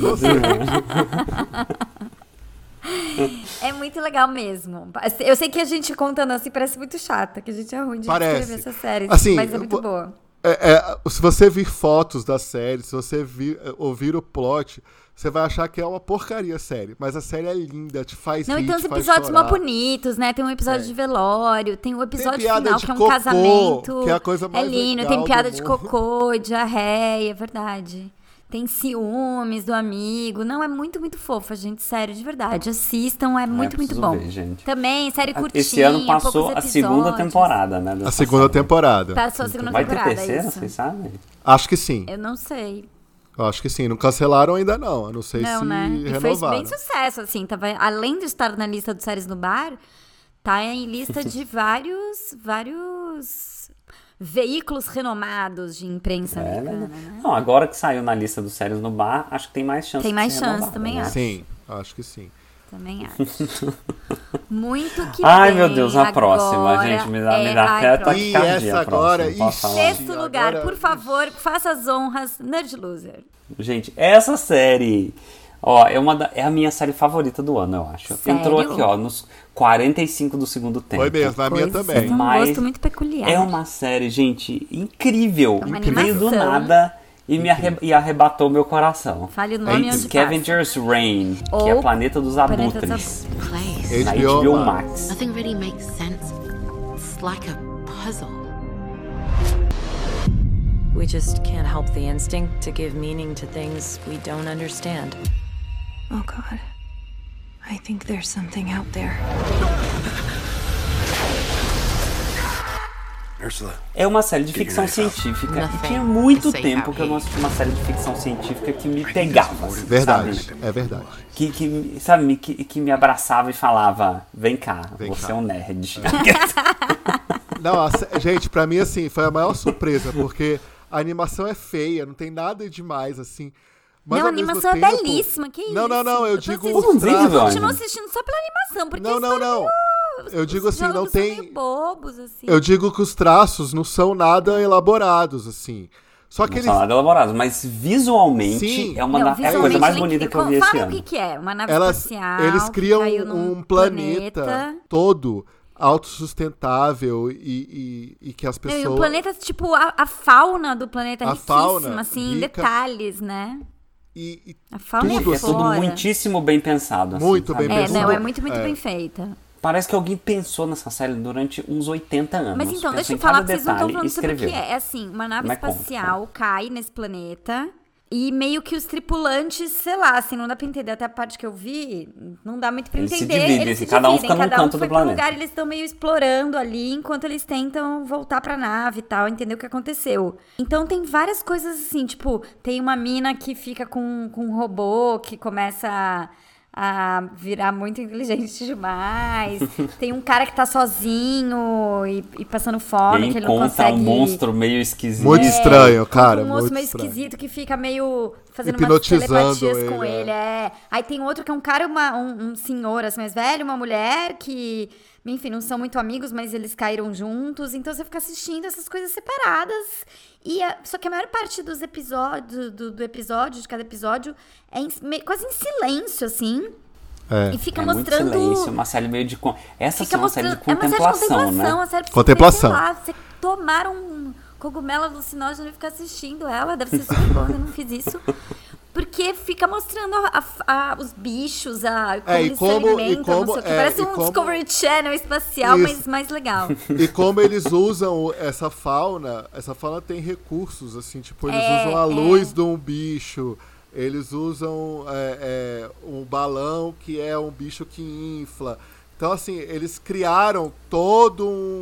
É muito legal mesmo. Eu sei que a gente contando assim parece muito chata, que a gente é ruim de escrever essa série, assim, mas é muito boa. Se você vir fotos da série, se você ouvir o plot, você vai achar que é uma porcaria a série. Mas a série é linda, te faz rir, Não, então os te faz episódios mó chorar. bonitos, né? Tem um episódio de velório, tem o episódio piada final, de que é um cocô, casamento. que é a coisa mais lindo, legal tem piada do de mundo. cocô, diarreia, é verdade. tem ciúmes do amigo. Não, é muito, muito fofa, gente. Sério, de verdade. Assistam, é muito, muito bom. Ver, gente. Também, série curtinha. Esse ano passou a segunda temporada, né? A segunda temporada. Passou a segunda Vai temporada. Vai ter terceira, isso. vocês sabem? Acho que sim. Eu não sei. Eu acho que sim. Não cancelaram ainda, não. Eu não sei se né? E renovaram. fez bem sucesso, assim. Tava, além de estar na lista dos séries no bar, tá em lista de vários veículos renomados de imprensa americana, né? Não, agora que saiu na lista dos séries no bar, acho que tem mais chance. Tem mais chance, também acho. Sim, acho que sim. Também acho. Muito que Ai, bem. Meu Deus, a próxima, gente. Me dá até taquicardia. E essa agora, em sexto lugar, agora... por favor, faça as honras, Nerd Loser. Gente, essa série... Ó, é a minha série favorita do ano, eu acho. Sério? Entrou aqui, ó, nos 45 do segundo tempo. Foi mesmo, na minha também. É um gosto muito peculiar. É uma série, gente, incrível. É uma veio do nada e arrebatou meu coração. Fale o nome onde Scavenger's Reign, que é Planeta dos Abutres. Na HBO Max. Nothing really makes sense. It's like a puzzle. We just can't help the instinct to give meaning to things we don't understand. Oh God, I think there's something out there. É uma série de ficção científica e tinha muito tempo que eu não assisti uma série de ficção científica que me pegava. Assim, verdade, sabe? É verdade. Que me abraçava e falava, vem cá, você é um nerd. Não, gente, pra mim, assim, foi a maior surpresa, porque a animação é feia, não tem nada demais, assim. Mas, não, a animação é belíssima, que isso? Não, eu digo... Eu continuo assistindo só pela animação, porque não. Eu digo assim, não tem... Meio bobos, assim. Eu digo que os traços não são nada elaborados, assim. Só que não são nada elaborados, mas visualmente sim. É a coisa mais bonita que eu vi esse ano. Fala o que é, uma nave espacial. Eles criam um planeta todo autossustentável e que as pessoas... E o planeta, tipo, a fauna do planeta é riquíssima, fauna, assim, em rica. Detalhes, né? E a fauna tudo, é tudo muitíssimo bem pensado. Assim, muito bem pensado. Não, é muito bem feita. Parece que alguém pensou nessa série durante uns 80 anos. Mas então, deixa eu falar que vocês não estão falando sobre o que é. É assim, uma nave espacial cai nesse planeta e meio que os tripulantes, sei lá, assim, não dá pra entender. Até a parte que eu vi, não dá muito pra entender. Eles se dividem, cada um fica num canto do planeta. Lugar, eles estão meio explorando ali, enquanto eles tentam voltar pra nave e tal, entender o que aconteceu. Então tem várias coisas assim, tipo, tem uma mina que fica com um robô que começa a virar muito inteligente demais. Tem um cara que tá sozinho e passando fome, que ele não consegue... um monstro meio esquisito. Muito estranho, cara. Um monstro meio esquisito que fica meio fazendo umas telepatias com ele. Aí tem outro que é um cara, um senhor assim, mais velho, uma mulher que... Enfim, não são muito amigos, mas eles caíram juntos. Então você fica assistindo essas coisas separadas. Só que a maior parte dos episódios, do episódio, de cada episódio, é quase em silêncio, assim. E fica mostrando... muito silêncio, uma série meio de... Essa é uma série de contemplação, uma série de contemplação, né? Uma série contemplação. Você tomar um cogumelo alucinógeno e ficar assistindo ela. Deve ser super bom, eu não fiz isso. Porque fica mostrando os bichos, como eles se alimentam, não sei o que. Parece um Discovery Channel espacial, mas mais legal. E como eles usam essa fauna tem recursos, assim, tipo, eles usam a luz de um bicho, eles usam um balão que é um bicho que infla. Então, assim, eles criaram todo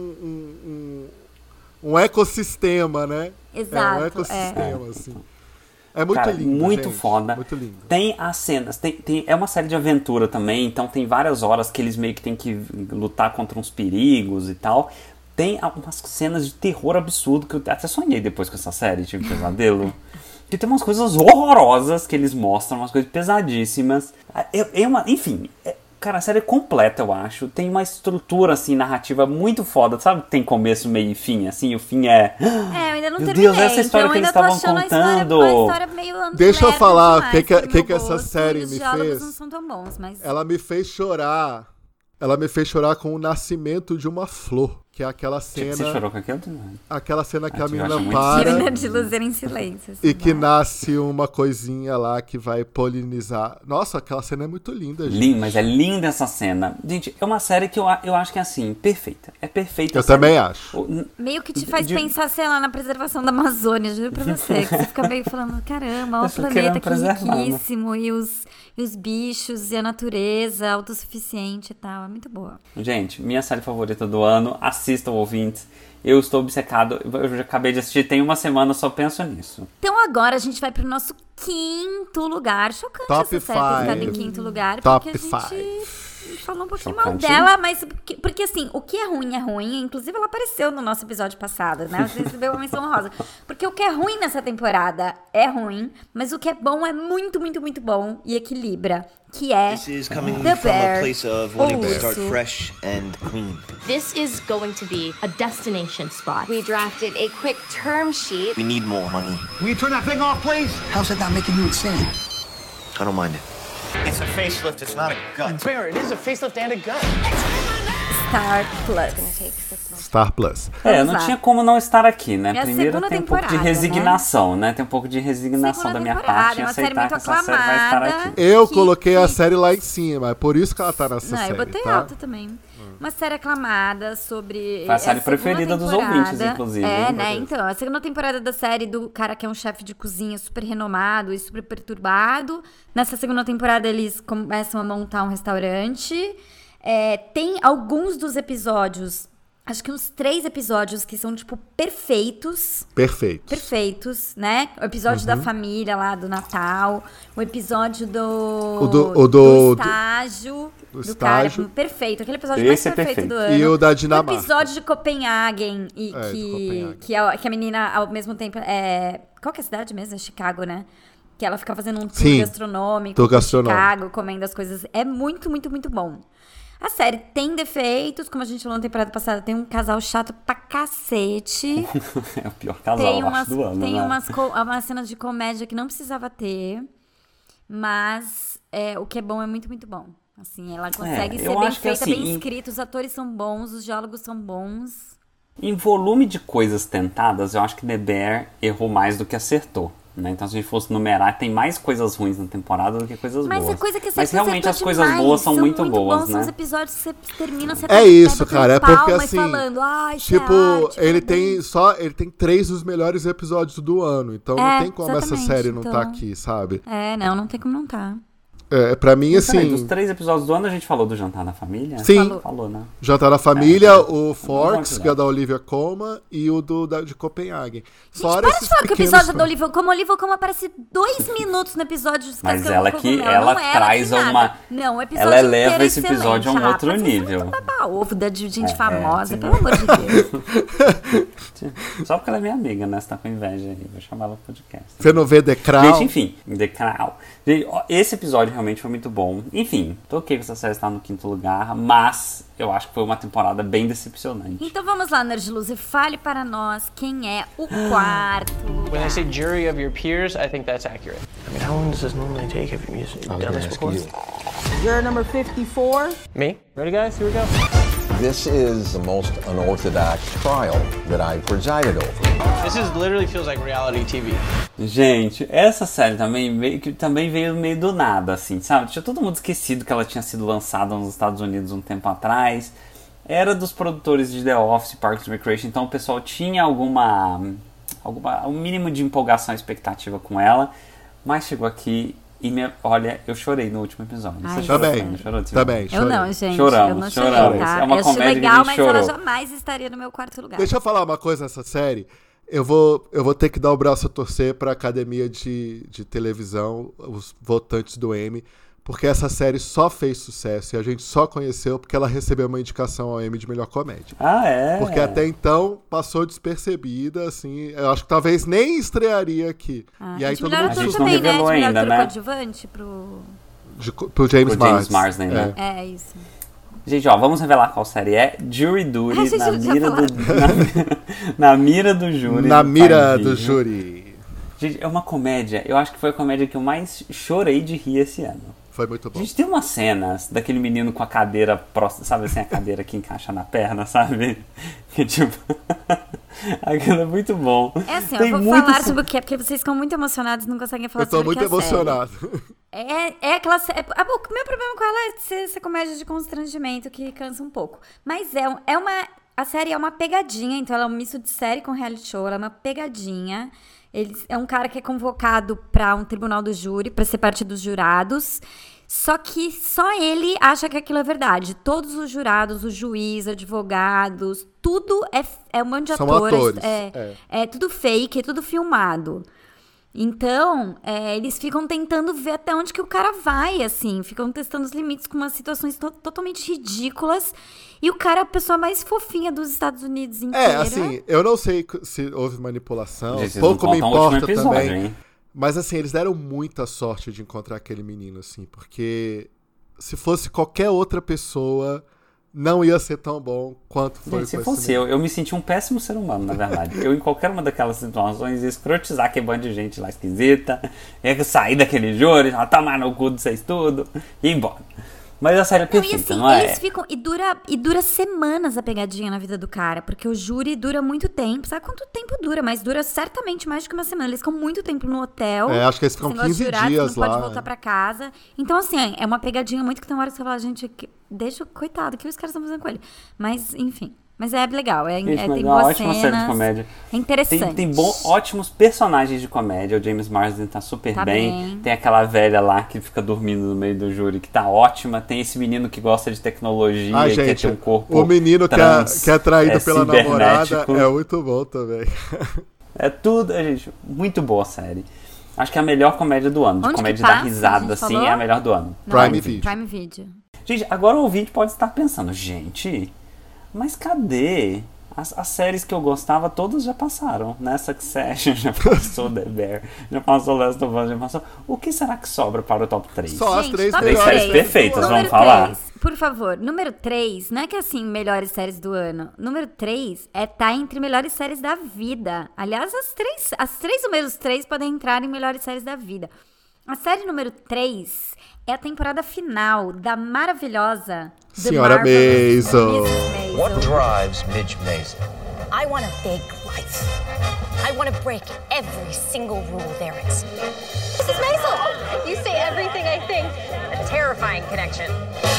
um ecossistema, né? Exato. Um ecossistema, assim. É muito Cara, lindo, muito gente. foda. Muito lindo. Tem as cenas, é uma série de aventura também, então tem várias horas que eles meio que tem que lutar contra uns perigos e tal. Tem algumas cenas de terror absurdo, que eu até sonhei depois com essa série, tive pesadelo. Que tem umas coisas horrorosas que eles mostram, umas coisas pesadíssimas. Enfim... Cara, a série é completa, eu acho. Tem uma estrutura, assim, narrativa muito foda. Sabe? Tem começo, meio e fim, assim. O fim é... eu ainda não Meu terminei. Deus, essa história que eles estavam contando. A história meio Deixa eu falar o que essa série me fez. Os diálogos não são tão bons, mas... Ela me fez chorar. Ela me fez chorar com o nascimento de uma flor. Que é aquela cena... Você chorou com aquilo? Aquela cena que a menina para... Menina de luzer em silêncio. Assim, e que nasce uma coisinha lá que vai polinizar. Nossa, aquela cena é muito linda, gente. Linda, mas é linda essa cena. Gente, é uma série que eu acho que é assim, perfeita. É perfeita. Eu também acho. Meio que te faz pensar, sei lá, na preservação da Amazônia, juro pra você. Que você fica meio falando, caramba, olha o planeta que riquíssimo. E os bichos, e a natureza autossuficiente e tal. É muito boa. Gente, minha série favorita do ano. Assistam, ouvintes. Eu estou obcecado. Eu já acabei de assistir, tem uma semana, só penso nisso. Então agora a gente vai pro nosso 5º lugar. Chocante Top essa série ter ficado em 5º lugar. Top porque a gente falou um pouquinho mal dela, mas... Porque assim, o que é ruim. Inclusive ela apareceu no nosso episódio passado, né? Você recebeu uma menção honrosa. Porque o que é ruim nessa temporada é ruim, mas o que é bom é muito, muito, muito bom e equilibra. Que é The Bear, o urso. Fresh and clean. This is going to be a destination spot. We drafted a quick term sheet. We need more money. Will you turn that thing off, please? How's that not making you insane? I don't mind it. It's a facelift, it's not a gut. Bear, it is a facelift and a gut. Star Plus. Não tinha como não estar aqui, né? Primeiro tem um pouco de resignação, né? Tem um pouco de resignação da minha parte em aceitar que essa série vai estar aqui. Eu coloquei a série lá em cima, é por isso que ela tá nessa série. Eu botei alta também. Uma série aclamada sobre... Foi a série preferida dos ouvintes, inclusive. Né? Então, a segunda temporada da série do cara que é um chefe de cozinha super renomado e super perturbado. Nessa segunda temporada eles começam a montar um restaurante. Tem alguns dos episódios, acho que uns 3 episódios que são, tipo, perfeitos. Perfeitos, né? O episódio da família lá, do Natal. O episódio do estágio. Do cara, perfeito. Aquele episódio mais perfeito do ano. E o da Dinamarca. O episódio de Copenhagen. Que a menina, ao mesmo tempo... Qual que é a cidade mesmo? É Chicago, né? Que ela fica fazendo um tour gastronômico em Chicago, comendo as coisas. É muito, muito, muito bom. A série tem defeitos, como a gente falou na temporada passada, tem um casal chato pra cacete. É o pior casal, eu acho, do ano, tem né? umas cenas de comédia que não precisava ter, mas o que é bom é muito, muito bom. Assim, ela consegue ser bem feita, bem escrita, os atores são bons, os diálogos são bons. Em volume de coisas tentadas, eu acho que The Bear errou mais do que acertou. Né? Então, se a gente fosse numerar, tem mais coisas ruins na temporada do que coisas boas. Mas realmente as coisas boas são muito boas, né? São os episódios que você termina, você isso, cara. É porque assim, falando, ele tem 3 dos melhores episódios do ano. Então não tem como essa série não tá aqui, sabe? Não tem como não tá. Pra mim, assim... Dos 3 episódios do ano, a gente falou do Jantar na Família? Sim. Falou, né? Jantar na Família, o Forks, que é da Olivia Colman, e o de Copenhagen. Para de falar que o episódio da Olivia Colman aparece 2 minutos no episódio. Mas ela traz uma... Não, o episódio ela eleva esse episódio a um outro nível. Ovo da gente famosa, pelo amor de Deus. Só porque ela é minha amiga, né? Você tá com inveja aí. Vou chamar ela pro podcast. Você não vê The Crown? Gente, enfim, The Crown. Gente, esse episódio realmente foi muito bom. Enfim, tô ok que essa série está no 5º lugar, mas eu acho que foi uma temporada bem decepcionante. Então vamos lá, Nerd Loser, fale para nós quem é o 4º lugar. When I say jury of your peers, I think that's accurate. I mean, how long does this normally take? Have you done this before? Juror number 54. Me? Ready, guys? Here we go. This is the most unorthodox trial that I've presided over. This literally feels like reality TV. Gente, essa série também veio meio do nada, assim, sabe? Tinha todo mundo esquecido que ela tinha sido lançada nos Estados Unidos um tempo atrás. Era dos produtores de The Office, Parks and Recreation, então o pessoal tinha um mínimo de empolgação e expectativa com ela, mas chegou aqui e olha, eu chorei no último episódio. Você chorou? Também. Eu não, gente. Choramos, eu não chorei, tá? É uma comédia legal, que a gente mas chorou. ela jamais estaria no meu 4º lugar. Deixa eu falar uma coisa nessa série. Eu vou ter que dar o braço a torcer pra academia de televisão, os votantes do Emmy, porque essa série só fez sucesso e a gente só conheceu porque ela recebeu uma indicação ao Emmy de melhor comédia. Porque até então passou despercebida, assim, eu acho que talvez nem estrearia aqui. E aí todo mundo também, né? Ainda, né? Coadjuvante pro James Marsden, né? É isso. Gente, vamos revelar qual série é. Jury Duty, na mira do júri. Na mira do júri. Gente, é uma comédia. Eu acho que foi a comédia que eu mais chorei de rir esse ano. Foi muito bom. A gente tem umas cenas daquele menino com a cadeira próxima, sabe assim, a cadeira que encaixa na perna, sabe? Que tipo... Aquilo é muito bom. É assim, eu vou falar sobre o que é, porque vocês ficam muito emocionados e não conseguem falar sobre o que é. Eu tô muito emocionado. É aquela série... O meu problema com ela é ser comédia de constrangimento, que cansa um pouco. Mas a série é uma pegadinha, então ela é um misto de série com reality show, ela é uma pegadinha. É um cara que é convocado para um tribunal do júri, para ser parte dos jurados. Só que só ele acha que aquilo é verdade. Todos os jurados, o juiz, advogados, tudo é um monte de atores. É tudo fake, é tudo filmado. Então, eles ficam tentando ver até onde que o cara vai, assim. Ficam testando os limites com umas situações totalmente ridículas. E o cara é a pessoa mais fofinha dos Estados Unidos inteira. Assim, eu não sei se houve manipulação. Pouco me importa também. Hein? Mas, assim, eles deram muita sorte de encontrar aquele menino, assim. Porque se fosse qualquer outra pessoa... não ia ser tão bom quanto foi. Se fosse eu me senti um péssimo ser humano, na verdade. Eu, em qualquer uma daquelas situações, ia escrotizar aquele bando de gente lá esquisita, ia sair daquele júri, tomar no cu de vocês tudo, e ir embora. Mas a série é perfeita, não é? Eles ficam... E dura semanas a pegadinha na vida do cara, porque o júri dura muito tempo. Sabe quanto tempo dura? Mas dura certamente mais do que uma semana. Eles ficam muito tempo no hotel. Acho que eles ficam 15 dias lá. Não pode voltar pra casa. Então, assim, é uma pegadinha muito que tem hora que você fala, gente, coitado, o que os caras estão fazendo com ele? Mas, enfim... Mas é legal, tem boas cenas, série de comédia. É interessante. Tem ótimos personagens de comédia. O James Marsden tá super bem. Tem aquela velha lá que fica dormindo no meio do júri, que tá ótima. Tem esse menino que gosta de tecnologia e quer ter um corpo o menino que é traído pela namorada é muito bom também. É tudo, gente, muito boa a série. Acho que é a melhor comédia do ano. De comédia da risada, assim, é a melhor do ano. Prime Video. Prime Video. Gente, agora o ouvinte pode estar pensando, gente... Mas cadê? As séries que eu gostava, todas já passaram, né? Succession já passou, The Bear, já passou Last of Us, já passou. O que será que sobra para o top 3? Só as 3 melhores. Séries perfeitas, vamos falar. Por favor, número 3, não é que assim, melhores séries do ano. Número 3 tá entre melhores séries da vida. Aliás, as três números 3 podem entrar em melhores séries da vida. A série número 3 é a temporada final da maravilhosa Senhora Maisel. What drives Midge Maisel? I want a big life. I want to break every single rule there is. Mrs. Maisel, you say everything I think. A terrifying connection.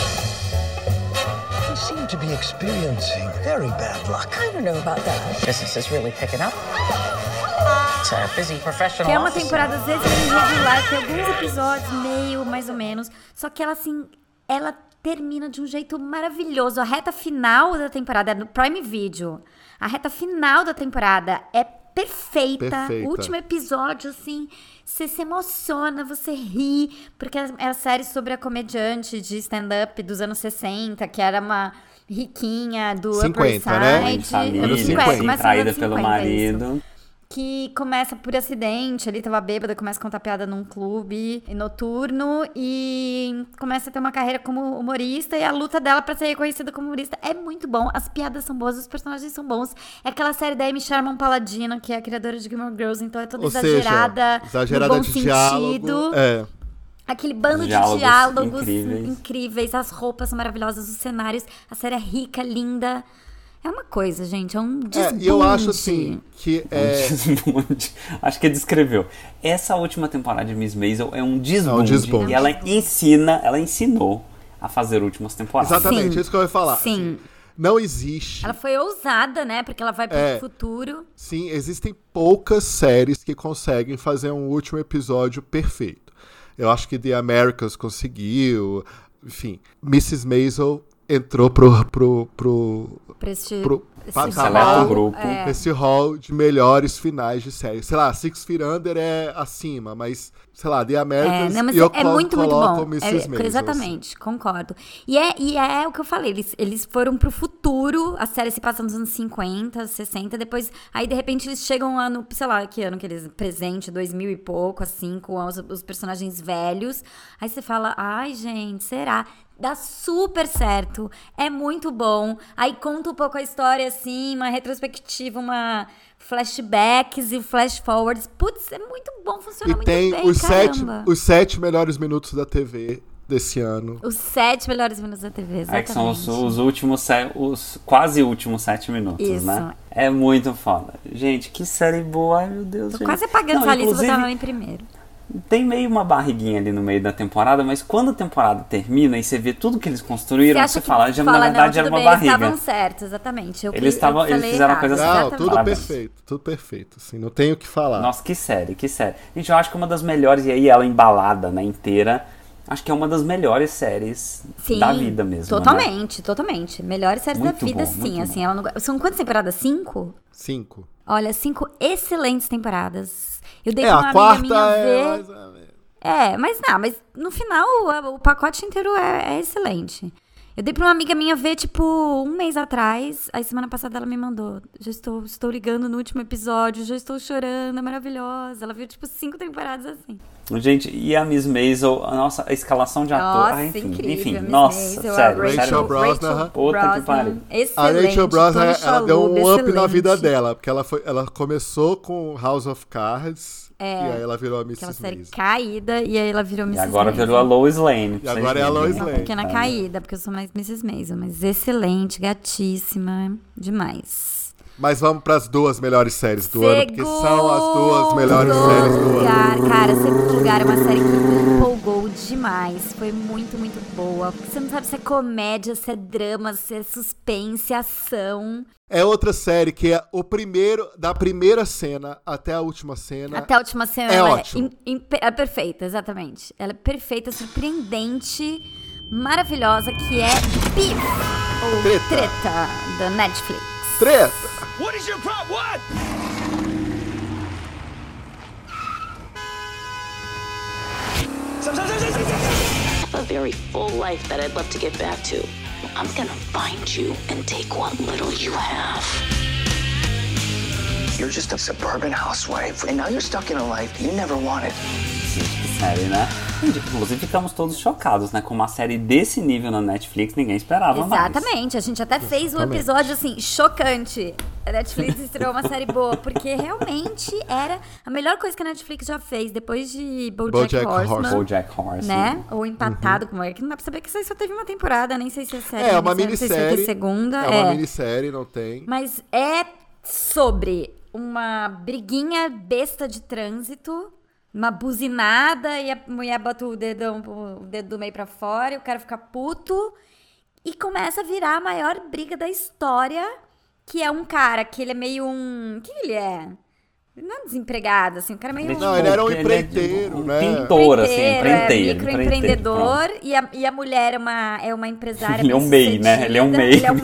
You seem to be experiencing very bad luck. I don't know about that. Business is really picking up. It's a busy professional. Que é uma temporada, às vezes, meio regular, tem alguns episódios, meio, mais ou menos. Só que ela, assim, ela termina de um jeito maravilhoso. A reta final da temporada é no Prime Video. A reta final da temporada é perfeita. O último episódio, assim, você se emociona, você ri, porque é a série sobre a comediante de stand-up dos anos 60, que era uma riquinha do 50, Upper Side. Né? Família, 50, traída pelo marido. Que começa por acidente, ali tava bêbada, começa a contar piada num clube noturno e começa a ter uma carreira como humorista, e a luta dela pra ser reconhecida como humorista é muito bom, as piadas são boas, os personagens são bons. É aquela série da Amy Sherman Palladino, que é a criadora de Gilmore Girls, então é toda exagerada no bom de sentido. Diálogo, Aquele bando de diálogos incríveis, as roupas são maravilhosas, os cenários, a série é rica, linda. É uma coisa, gente, é um desbunde. E eu acho, assim, que é... desbunde. Acho que descreveu. Essa última temporada de Miss Maisel é um desbunde. E ela ensinou a fazer últimas temporadas. Exatamente, é isso que eu ia falar. Sim. Assim, não existe... Ela foi ousada, né? Porque ela vai pro futuro. Sim, existem poucas séries que conseguem fazer um último episódio perfeito. Eu acho que The Americans conseguiu. Enfim, Mrs. Maisel entrou pro grupo. Esse hall de melhores finais de série. Sei lá, Six Feet Under é acima, mas, sei lá, The Americans é muito bom. Mrs. Maisel. Exatamente, assim. Concordo. E é o que eu falei, eles foram pro futuro, a série se passa nos anos 50, 60, depois, aí de repente eles chegam lá no, sei lá, que ano que eles, presente, 2000 e pouco, assim, com os personagens velhos, aí você fala, ai gente, será? Dá super certo, é muito bom. Aí conta um pouco a história, assim, uma retrospectiva, uma flashbacks e flash forwards. Putz, é muito bom, funciona muito bem, os 7 melhores minutos da TV desse ano. Os 7 melhores minutos da TV, exatamente. Que são os últimos, os quase últimos 7 minutos, isso. Né? É muito foda. Gente, que série boa, ai meu Deus. Tô gente. quase apagando essa lista, eu botava em primeiro. Tem meio uma barriguinha ali no meio da temporada, mas quando a temporada termina e você vê tudo que eles construíram, você fala, na verdade era uma barriga. Eles estavam certos, exatamente. Eles fizeram a coisa certa. Não, tudo perfeito, assim, não tenho o que falar. Nossa, que série. Gente, eu acho que uma das melhores, e aí ela embalada, né, inteira, acho que é uma das melhores séries da vida mesmo. Totalmente. Melhores séries muito da vida, sim. Assim, ela não... São quantas temporadas? 5? 5. Olha, 5 excelentes temporadas. Eu dei pra uma amiga minha ver. Mas no final o pacote inteiro é excelente. Eu dei pra uma amiga minha ver, tipo, 1 mês atrás. Aí semana passada ela me mandou. Já estou ligando no último episódio, já estou chorando, é maravilhosa. Ela viu, tipo, 5 temporadas assim. Gente, e a Miss Maisel, a escalação de ator. Nossa, incrível. Nossa, sério. Rachel Brosnahan. Puta que pariu. Excelente. A Rachel Brosnahan, ela deu um up na vida dela. Porque ela começou com House of Cards. E aí ela virou a Mrs. Aquela série Maisel. caída, e aí ela virou Mrs. Maisel. E agora virou a Lois Lane. E agora é a Lois Lane. Uma pequena caída, porque eu sou mais Mrs. Maisel. Mas excelente, gatíssima, demais. Mas vamos para as 2 melhores séries do ano, porque são as 2 melhores séries do ano. Cara, Segundo Lugar é uma série que me empolgou demais. Foi muito, muito boa. Você não sabe se é comédia, se é drama, se é suspense, ação. É outra série que é o primeiro, da primeira cena até a última cena. Até a última cena é ela ótimo. É perfeita, exatamente. Ela é perfeita, surpreendente, maravilhosa, que é Beef, ou Treta, da Netflix. Treta! What is your problem? What? I have a very full life that I'd love to get back to. I'm gonna find you and take what little you have. You're just a suburban housewife, and now you're stuck in a life you never wanted. Que série, né? Inclusive ficamos todos chocados, né? Com uma série desse nível na Netflix, ninguém esperava mais. Exatamente, a gente até fez um episódio assim, chocante. A Netflix estreou uma série boa, porque realmente era a melhor coisa que a Netflix já fez, depois de BoJack Horseman. Né? Ou empatado com que não dá pra saber que isso aí só teve uma temporada, nem sei se é série. É uma minissérie. Não sei se vai ter segunda. É uma minissérie, não tem. Mas é sobre uma briguinha besta de trânsito, uma buzinada, e a mulher bota o dedo do meio pra fora, e o cara fica puto, e começa a virar a maior briga da história, que é um cara que ele é meio um... O que ele é? Ele não é desempregado, assim, o cara é meio... Não, ele era um empreiteiro, né? Pintor, assim, microempreendedor, e a mulher é uma empresária. Ele é um MEI, né? Ele é um MEI. A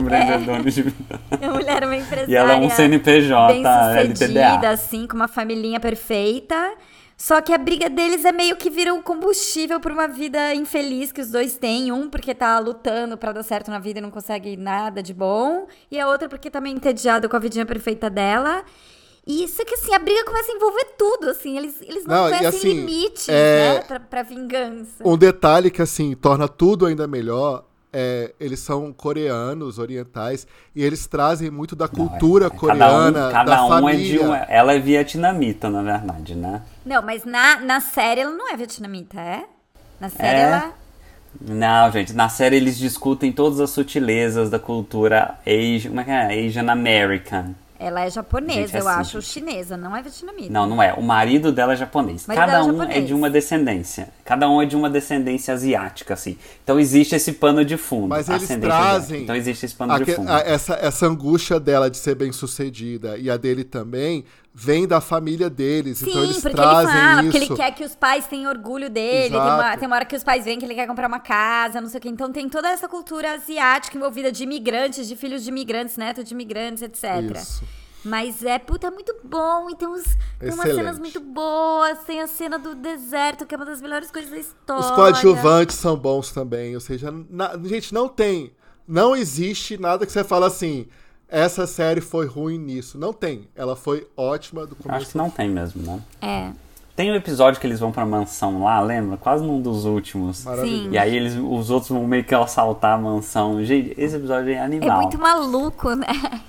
mulher é uma empresária. E ela é um CNPJ, bem-sucedida, assim, com uma familhinha perfeita. Só que a briga deles é meio que vira um combustível pra uma vida infeliz que os dois têm. Um porque tá lutando pra dar certo na vida e não consegue nada de bom. E a outra porque tá meio entediada com a vidinha perfeita dela. E isso que, assim, a briga começa a envolver tudo, assim. Eles não conhecem assim, limites, né, pra vingança. Um detalhe que, assim, torna tudo ainda melhor... eles são coreanos, orientais, e eles trazem muito da cultura coreana, da família. Ela é vietnamita, na verdade, né? Não, mas na série ela não é vietnamita, é? Na série ela... Não, gente, na série eles discutem todas as sutilezas da cultura Asian, como é que é? Asian American. Ela é japonesa, gente, eu acho, chinesa, não é vietnamita. Não é. O marido dela é japonês. Cada um é de uma descendência. Cada um é de uma descendência asiática, assim. Então existe esse pano de fundo. Mas eles trazem... Então existe esse pano de fundo. Essa angústia dela de ser bem-sucedida e a dele também vem da família deles. Sim, então eles porque trazem ele fala isso. que ele quer que os pais tenham orgulho dele. Tem uma hora que os pais veem que ele quer comprar uma casa, não sei o quê. Então tem toda essa cultura asiática envolvida de imigrantes, de filhos de imigrantes, netos de imigrantes, etc. Isso. Mas é muito bom, e tem umas cenas muito boas, tem a cena do deserto, que é uma das melhores coisas da história. Os coadjuvantes são bons também, ou seja, gente, não existe nada que você fala assim, essa série foi ruim nisso, não tem, ela foi ótima do começo. Acho que não tem mesmo, né? É. Tem um episódio que eles vão pra mansão lá, lembra? Quase num dos últimos. Sim. E aí os outros vão meio que assaltar a mansão. Gente, esse episódio é animal. É muito maluco, né?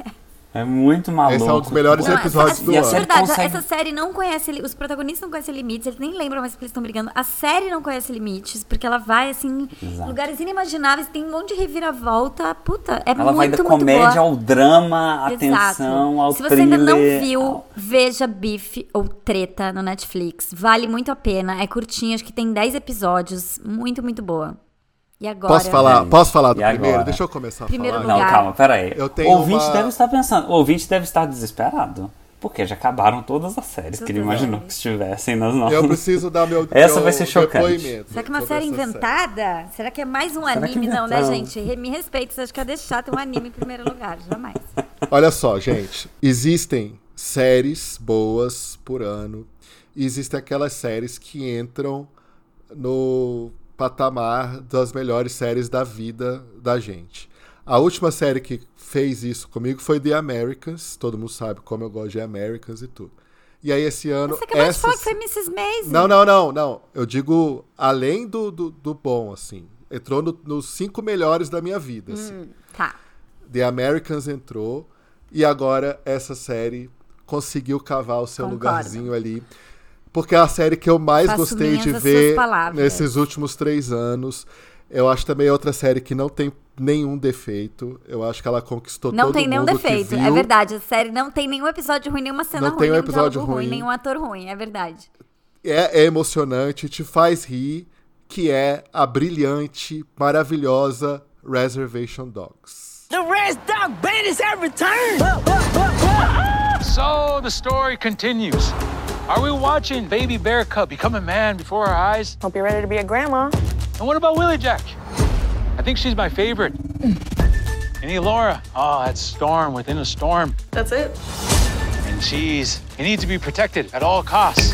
É muito maluco. Esse é um dos melhores episódios do ano. Verdade, essa série não conhece... Os protagonistas não conhecem limites, eles nem lembram mais que eles estão brigando. A série não conhece limites, porque ela vai, assim, em lugares inimagináveis, tem um monte de reviravolta. Puta, é ela muito, vai da muito comédia boa. ao drama, à tensão, ao Se thriller. você ainda não viu, veja Beef ou Treta no Netflix. Vale muito a pena. É curtinho, acho que tem 10 episódios. Muito, muito boa. E agora? Posso falar do E primeiro? agora? Deixa eu começar a Primeiro falar. lugar. Não, calma, peraí. O ouvinte deve estar pensando, o ouvinte deve estar desesperado. Porque já acabaram todas as séries que ele imaginou que estivessem nas nossas. Eu preciso dar meu Essa vai ser chocante. depoimento. Será que é uma série inventada? Será que é mais um anime? Não, né, gente? Me respeita, você acha que é deixar ter um anime em primeiro lugar? Jamais. Olha só, gente. Existem séries boas por ano. E existem aquelas séries que entram no patamar das melhores séries da vida da gente. A última série que fez isso comigo foi The Americans. Todo mundo sabe como eu gosto de Americans e tudo. E aí esse ano... Você acabou de falar que foi Mrs. Maisel. Não. Eu digo além do bom, assim. Entrou nos 5 melhores da minha vida, assim. Tá. The Americans entrou. E agora essa série conseguiu cavar o seu lugarzinho ali. Porque é a série que eu mais gostei de ver nesses últimos 3 anos. Eu acho também outra série que não tem nenhum defeito. Eu acho que ela conquistou todo mundo. Não tem nenhum defeito, é verdade. A série não tem nenhum episódio ruim, nenhuma cena ruim, nenhum episódio ruim, nenhum ator ruim, é verdade. É emocionante, te faz rir, que é a brilhante, maravilhosa Reservation Dogs. The Res Dog Bandits have returned! So the story continues. Are we watching baby bear cub become a man before our eyes? Hope you're ready to be a grandma. And what about Willie Jack? I think she's my favorite. And Elora, oh, that's storm within a storm. That's it. And Cheese, he needs to be protected at all costs.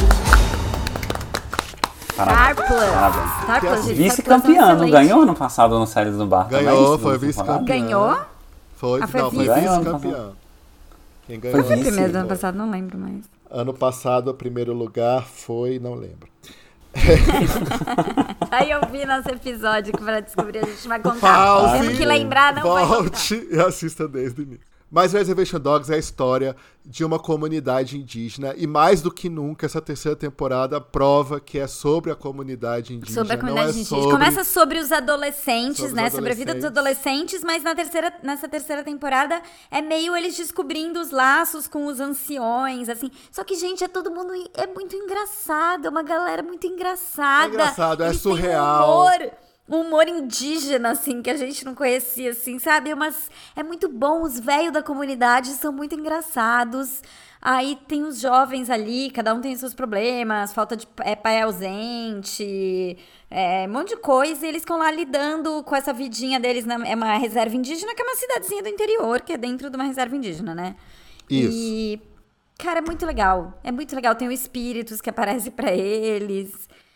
Star Plus. Vice-campeão, não ganhou ano passado no Séries do Bar? Ganhou, foi vice-campeão. Ganhou? Foi vice-campeão. Quem ganhou? Foi primeiro do ano passado, não lembro mais. Ano passado, o primeiro lugar foi... Não lembro. Aí eu vi nosso episódio que pra descobrir a gente vai contar. Temos que lembrar, não vai contar. Volte e assista desde o início. Mas Reservation Dogs é a história de uma comunidade indígena e mais do que nunca essa terceira temporada prova que é sobre a comunidade indígena. Sobre a comunidade indígena. Começa sobre os adolescentes, né? Sobre a vida dos adolescentes, mas nessa terceira temporada é meio eles descobrindo os laços com os anciões, assim. Só que, gente, todo mundo é muito engraçado, é uma galera muito engraçada. É engraçado, é eles surreal. Um humor indígena, assim, que a gente não conhecia, assim, sabe? Mas é muito bom, os velhos da comunidade são muito engraçados. Aí tem os jovens ali, cada um tem seus problemas, falta de pai ausente, um monte de coisa. E eles ficam lá lidando com essa vidinha deles. É uma reserva indígena, que é uma cidadezinha do interior, que é dentro de uma reserva indígena, né? Isso. E, cara, é muito legal. É muito legal. Tem os espíritos que aparecem pra eles.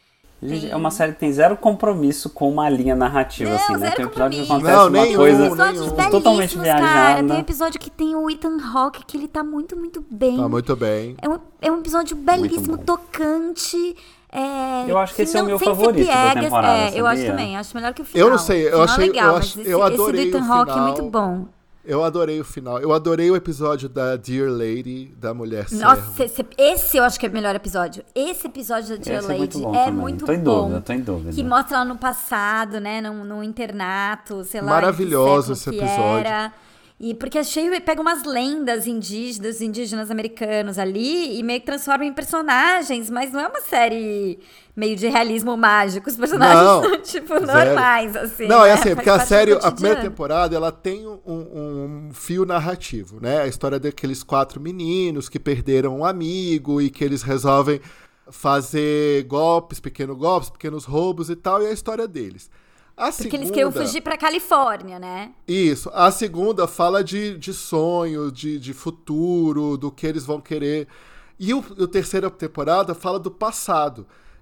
É uma série que tem zero compromisso com uma linha narrativa, assim, né? Tem um episódio que acontece uma coisa totalmente viajada. Cara. Tem um episódio que tem o Ethan Hawke, que ele tá muito, muito bem. Tá muito bem. É um episódio belíssimo, tocante. Eu acho que esse é o meu favorito da temporada, eu acho também, acho melhor que o final. Eu não sei, eu achei legal, eu adorei esse do Ethan Hawke é muito bom. Eu adorei o final. Eu adorei o episódio da Dear Lady, da Mulher Servo. Nossa, esse eu acho que é o melhor episódio. Esse episódio da Dear Lady é muito bom. Tô em dúvida. Que mostra lá no passado, né? No internato, sei lá. Maravilhoso esse episódio. E porque é cheio, pega umas lendas indígenas americanos ali e meio que transforma em personagens, mas não é uma série meio de realismo mágico. Os personagens são, tipo, normais, assim. Não, é assim, porque a série, a primeira temporada, ela tem um fio narrativo, né? A história daqueles 4 meninos que perderam um amigo e que eles resolvem fazer pequenos roubos e tal, e é a história deles. Porque eles queriam fugir pra Califórnia, né? Isso. A segunda fala de sonho, de futuro, do que eles vão querer. E a terceira temporada fala do passado.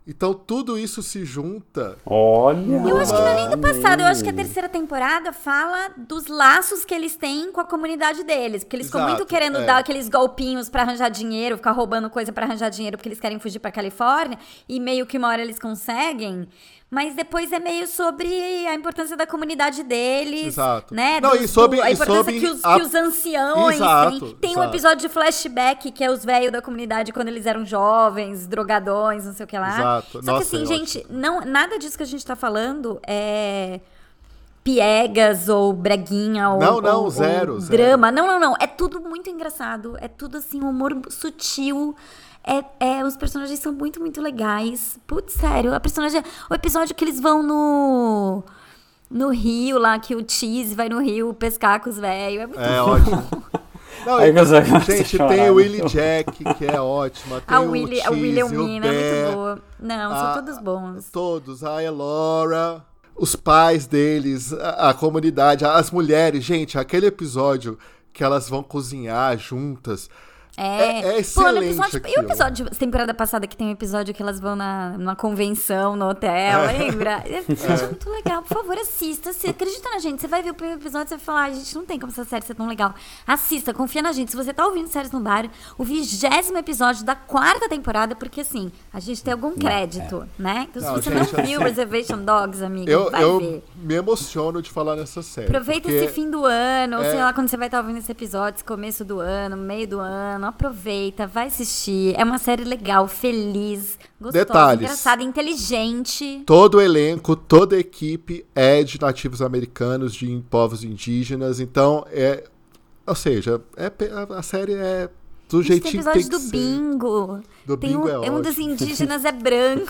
Então tudo isso se junta. Olha! Eu acho que não é nem do passado, eu acho que a terceira temporada fala dos laços que eles têm com a comunidade deles. Porque eles ficam muito querendo dar aqueles golpinhos pra arranjar dinheiro, ficar roubando coisa pra arranjar dinheiro porque eles querem fugir pra Califórnia. E meio que uma hora eles conseguem. Mas depois é meio sobre a importância da comunidade deles. Exato. Né? Não, e sobre, a importância que os anciãos tem um episódio de flashback que é os velhos da comunidade quando eles eram jovens, drogadões, não sei o que lá. Exato. Só que assim, gente, não, nada disso que a gente tá falando é piegas ou breguinha ou zero. Drama. Não. É tudo muito engraçado. É tudo assim, humor sutil. Os personagens são muito, muito legais. Putz, sério. O episódio que eles vão no rio lá, que o Cheese vai no rio pescar com os velhos. É muito bom. Ótimo. Não, gente, tem o Willie Jack, que é ótima. Tem o William Mina, é muito boa. Não, são todos bons. Todos. A Elora, os pais deles, a comunidade, as mulheres. Gente, aquele episódio que elas vão cozinhar juntas. É excelente. E o episódio da temporada passada, que tem um episódio que elas vão numa convenção no hotel, lembra? É muito legal. Por favor, assista. Você acredita na gente? Você vai ver o primeiro episódio e você vai falar, gente, não tem como essa série ser tão legal. Assista, confia na gente. Se você tá ouvindo Séries no Bar, o 20º episódio da 4ª temporada, porque assim, a gente tem algum crédito, né? Então se você não viu Reservation Dogs, amigo, vai ver. Eu me emociono de falar nessa série. Aproveita esse fim do ano, ou sei lá, quando você vai estar ouvindo esse episódio, esse começo do ano, meio do ano. Aproveita, vai assistir. É uma série legal, feliz, gostosa, Detalhes. Engraçada, inteligente. Todo o elenco, toda a equipe é de nativos americanos, de povos indígenas. Então, ou seja, a série é do jeitinho que tem que do ser. Bingo. Do Bingo é ótimo. Um dos indígenas é branco.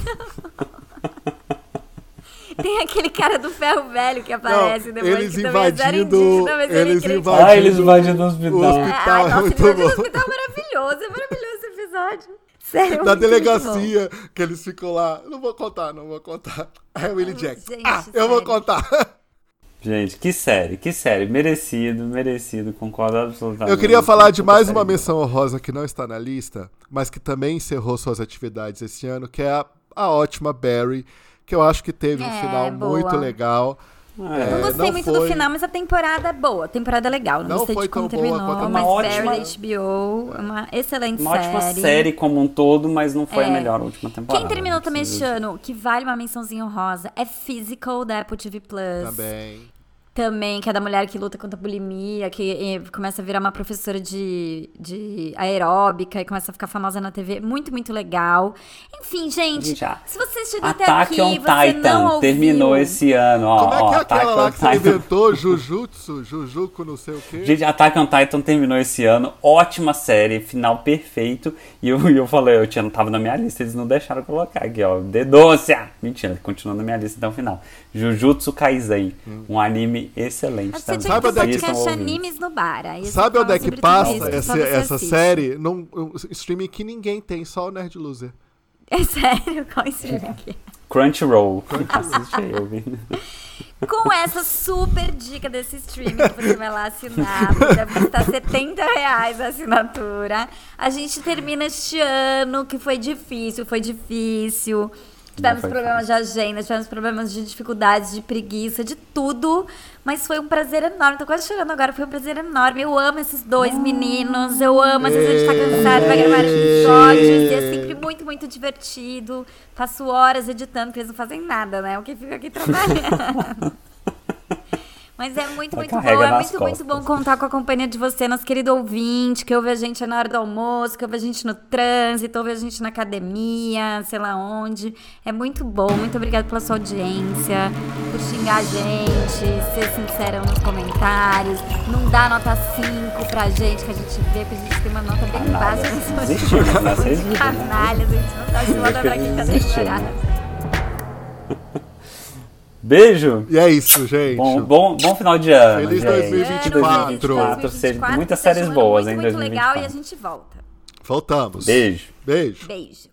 Tem aquele cara do ferro velho que aparece depois. Eles que invadindo. Eles invadindo o hospital. Nossa, eles invadindo o hospital, maravilhoso. É maravilhoso esse episódio. Sério, na delegacia, que eles ficam lá. Não vou contar. É o Willie Jack. Eu vou contar. Gente, que série. Merecido, concordo absolutamente. Eu queria falar de mais uma menção honrosa que não está na lista, mas que também encerrou suas atividades esse ano, que é a ótima Barry, que eu acho que teve um final muito legal. Não gostei muito do final, mas a temporada é boa. A temporada é legal. Não gostei de como terminou, mas Barry da HBO é uma excelente série. Uma ótima série como um todo, mas não foi a melhor última temporada. Quem terminou também este ano, que vale uma mençãozinha honrosa, é Physical, da Apple TV+. Também, que é da mulher que luta contra a bulimia, que começa a virar uma professora de aeróbica e começa a ficar famosa na TV. Muito, muito legal. Enfim, gente, se você chegou até aqui, Attack on você Titan não ouviu... terminou esse ano. Como é que é aquela lá que você inventou? Jujuco, não sei o quê. Gente, Attack on Titan terminou esse ano. Ótima série, final perfeito. E eu falei, não tava na minha lista, eles não deixaram colocar aqui, ó. Denúncia! Mentira, continua na minha lista até o final. Jujutsu Kaisen, um anime excelente também. Sabe onde é que animes no bar? Sabe onde é que passa essa série? Num streaming que ninguém tem, só o Nerd Loser. É sério? Qual streaming aqui? Crunchyroll. Assiste aí, eu vi. Com essa super dica desse streaming que você vai lá assinar, deve custar R$70 a assinatura. A gente termina este ano que foi difícil. Tivemos problemas de agenda, tivemos problemas de dificuldades, de preguiça, de tudo. Mas foi um prazer enorme. Tô quase chorando agora, foi um prazer enorme. Eu amo esses dois meninos. Eu amo, às vezes a gente tá cansado, vai gravar episódios. E é sempre muito, muito divertido. Passo horas editando, porque eles não fazem nada, né? O que fica aqui trabalhando. Mas é muito, muito bom. É muito, muito bom contar com a companhia de você, nosso querido ouvinte, que ouve a gente na hora do almoço, que ouve a gente no trânsito, ouve a gente na academia, sei lá onde. É muito bom. Muito obrigada pela sua audiência, por xingar a gente, ser sincera nos comentários. Não dá nota 5 pra gente, que a gente vê que a gente tem uma nota bem baixa. Somos canalhas, a gente não tá se mandando pra quem tá temporada. Beijo! E é isso, gente. Bom final de ano. Feliz 2024. Muitas séries boas em 2024. Muito legal e a gente volta. Voltamos. Beijo. Beijo. Beijo.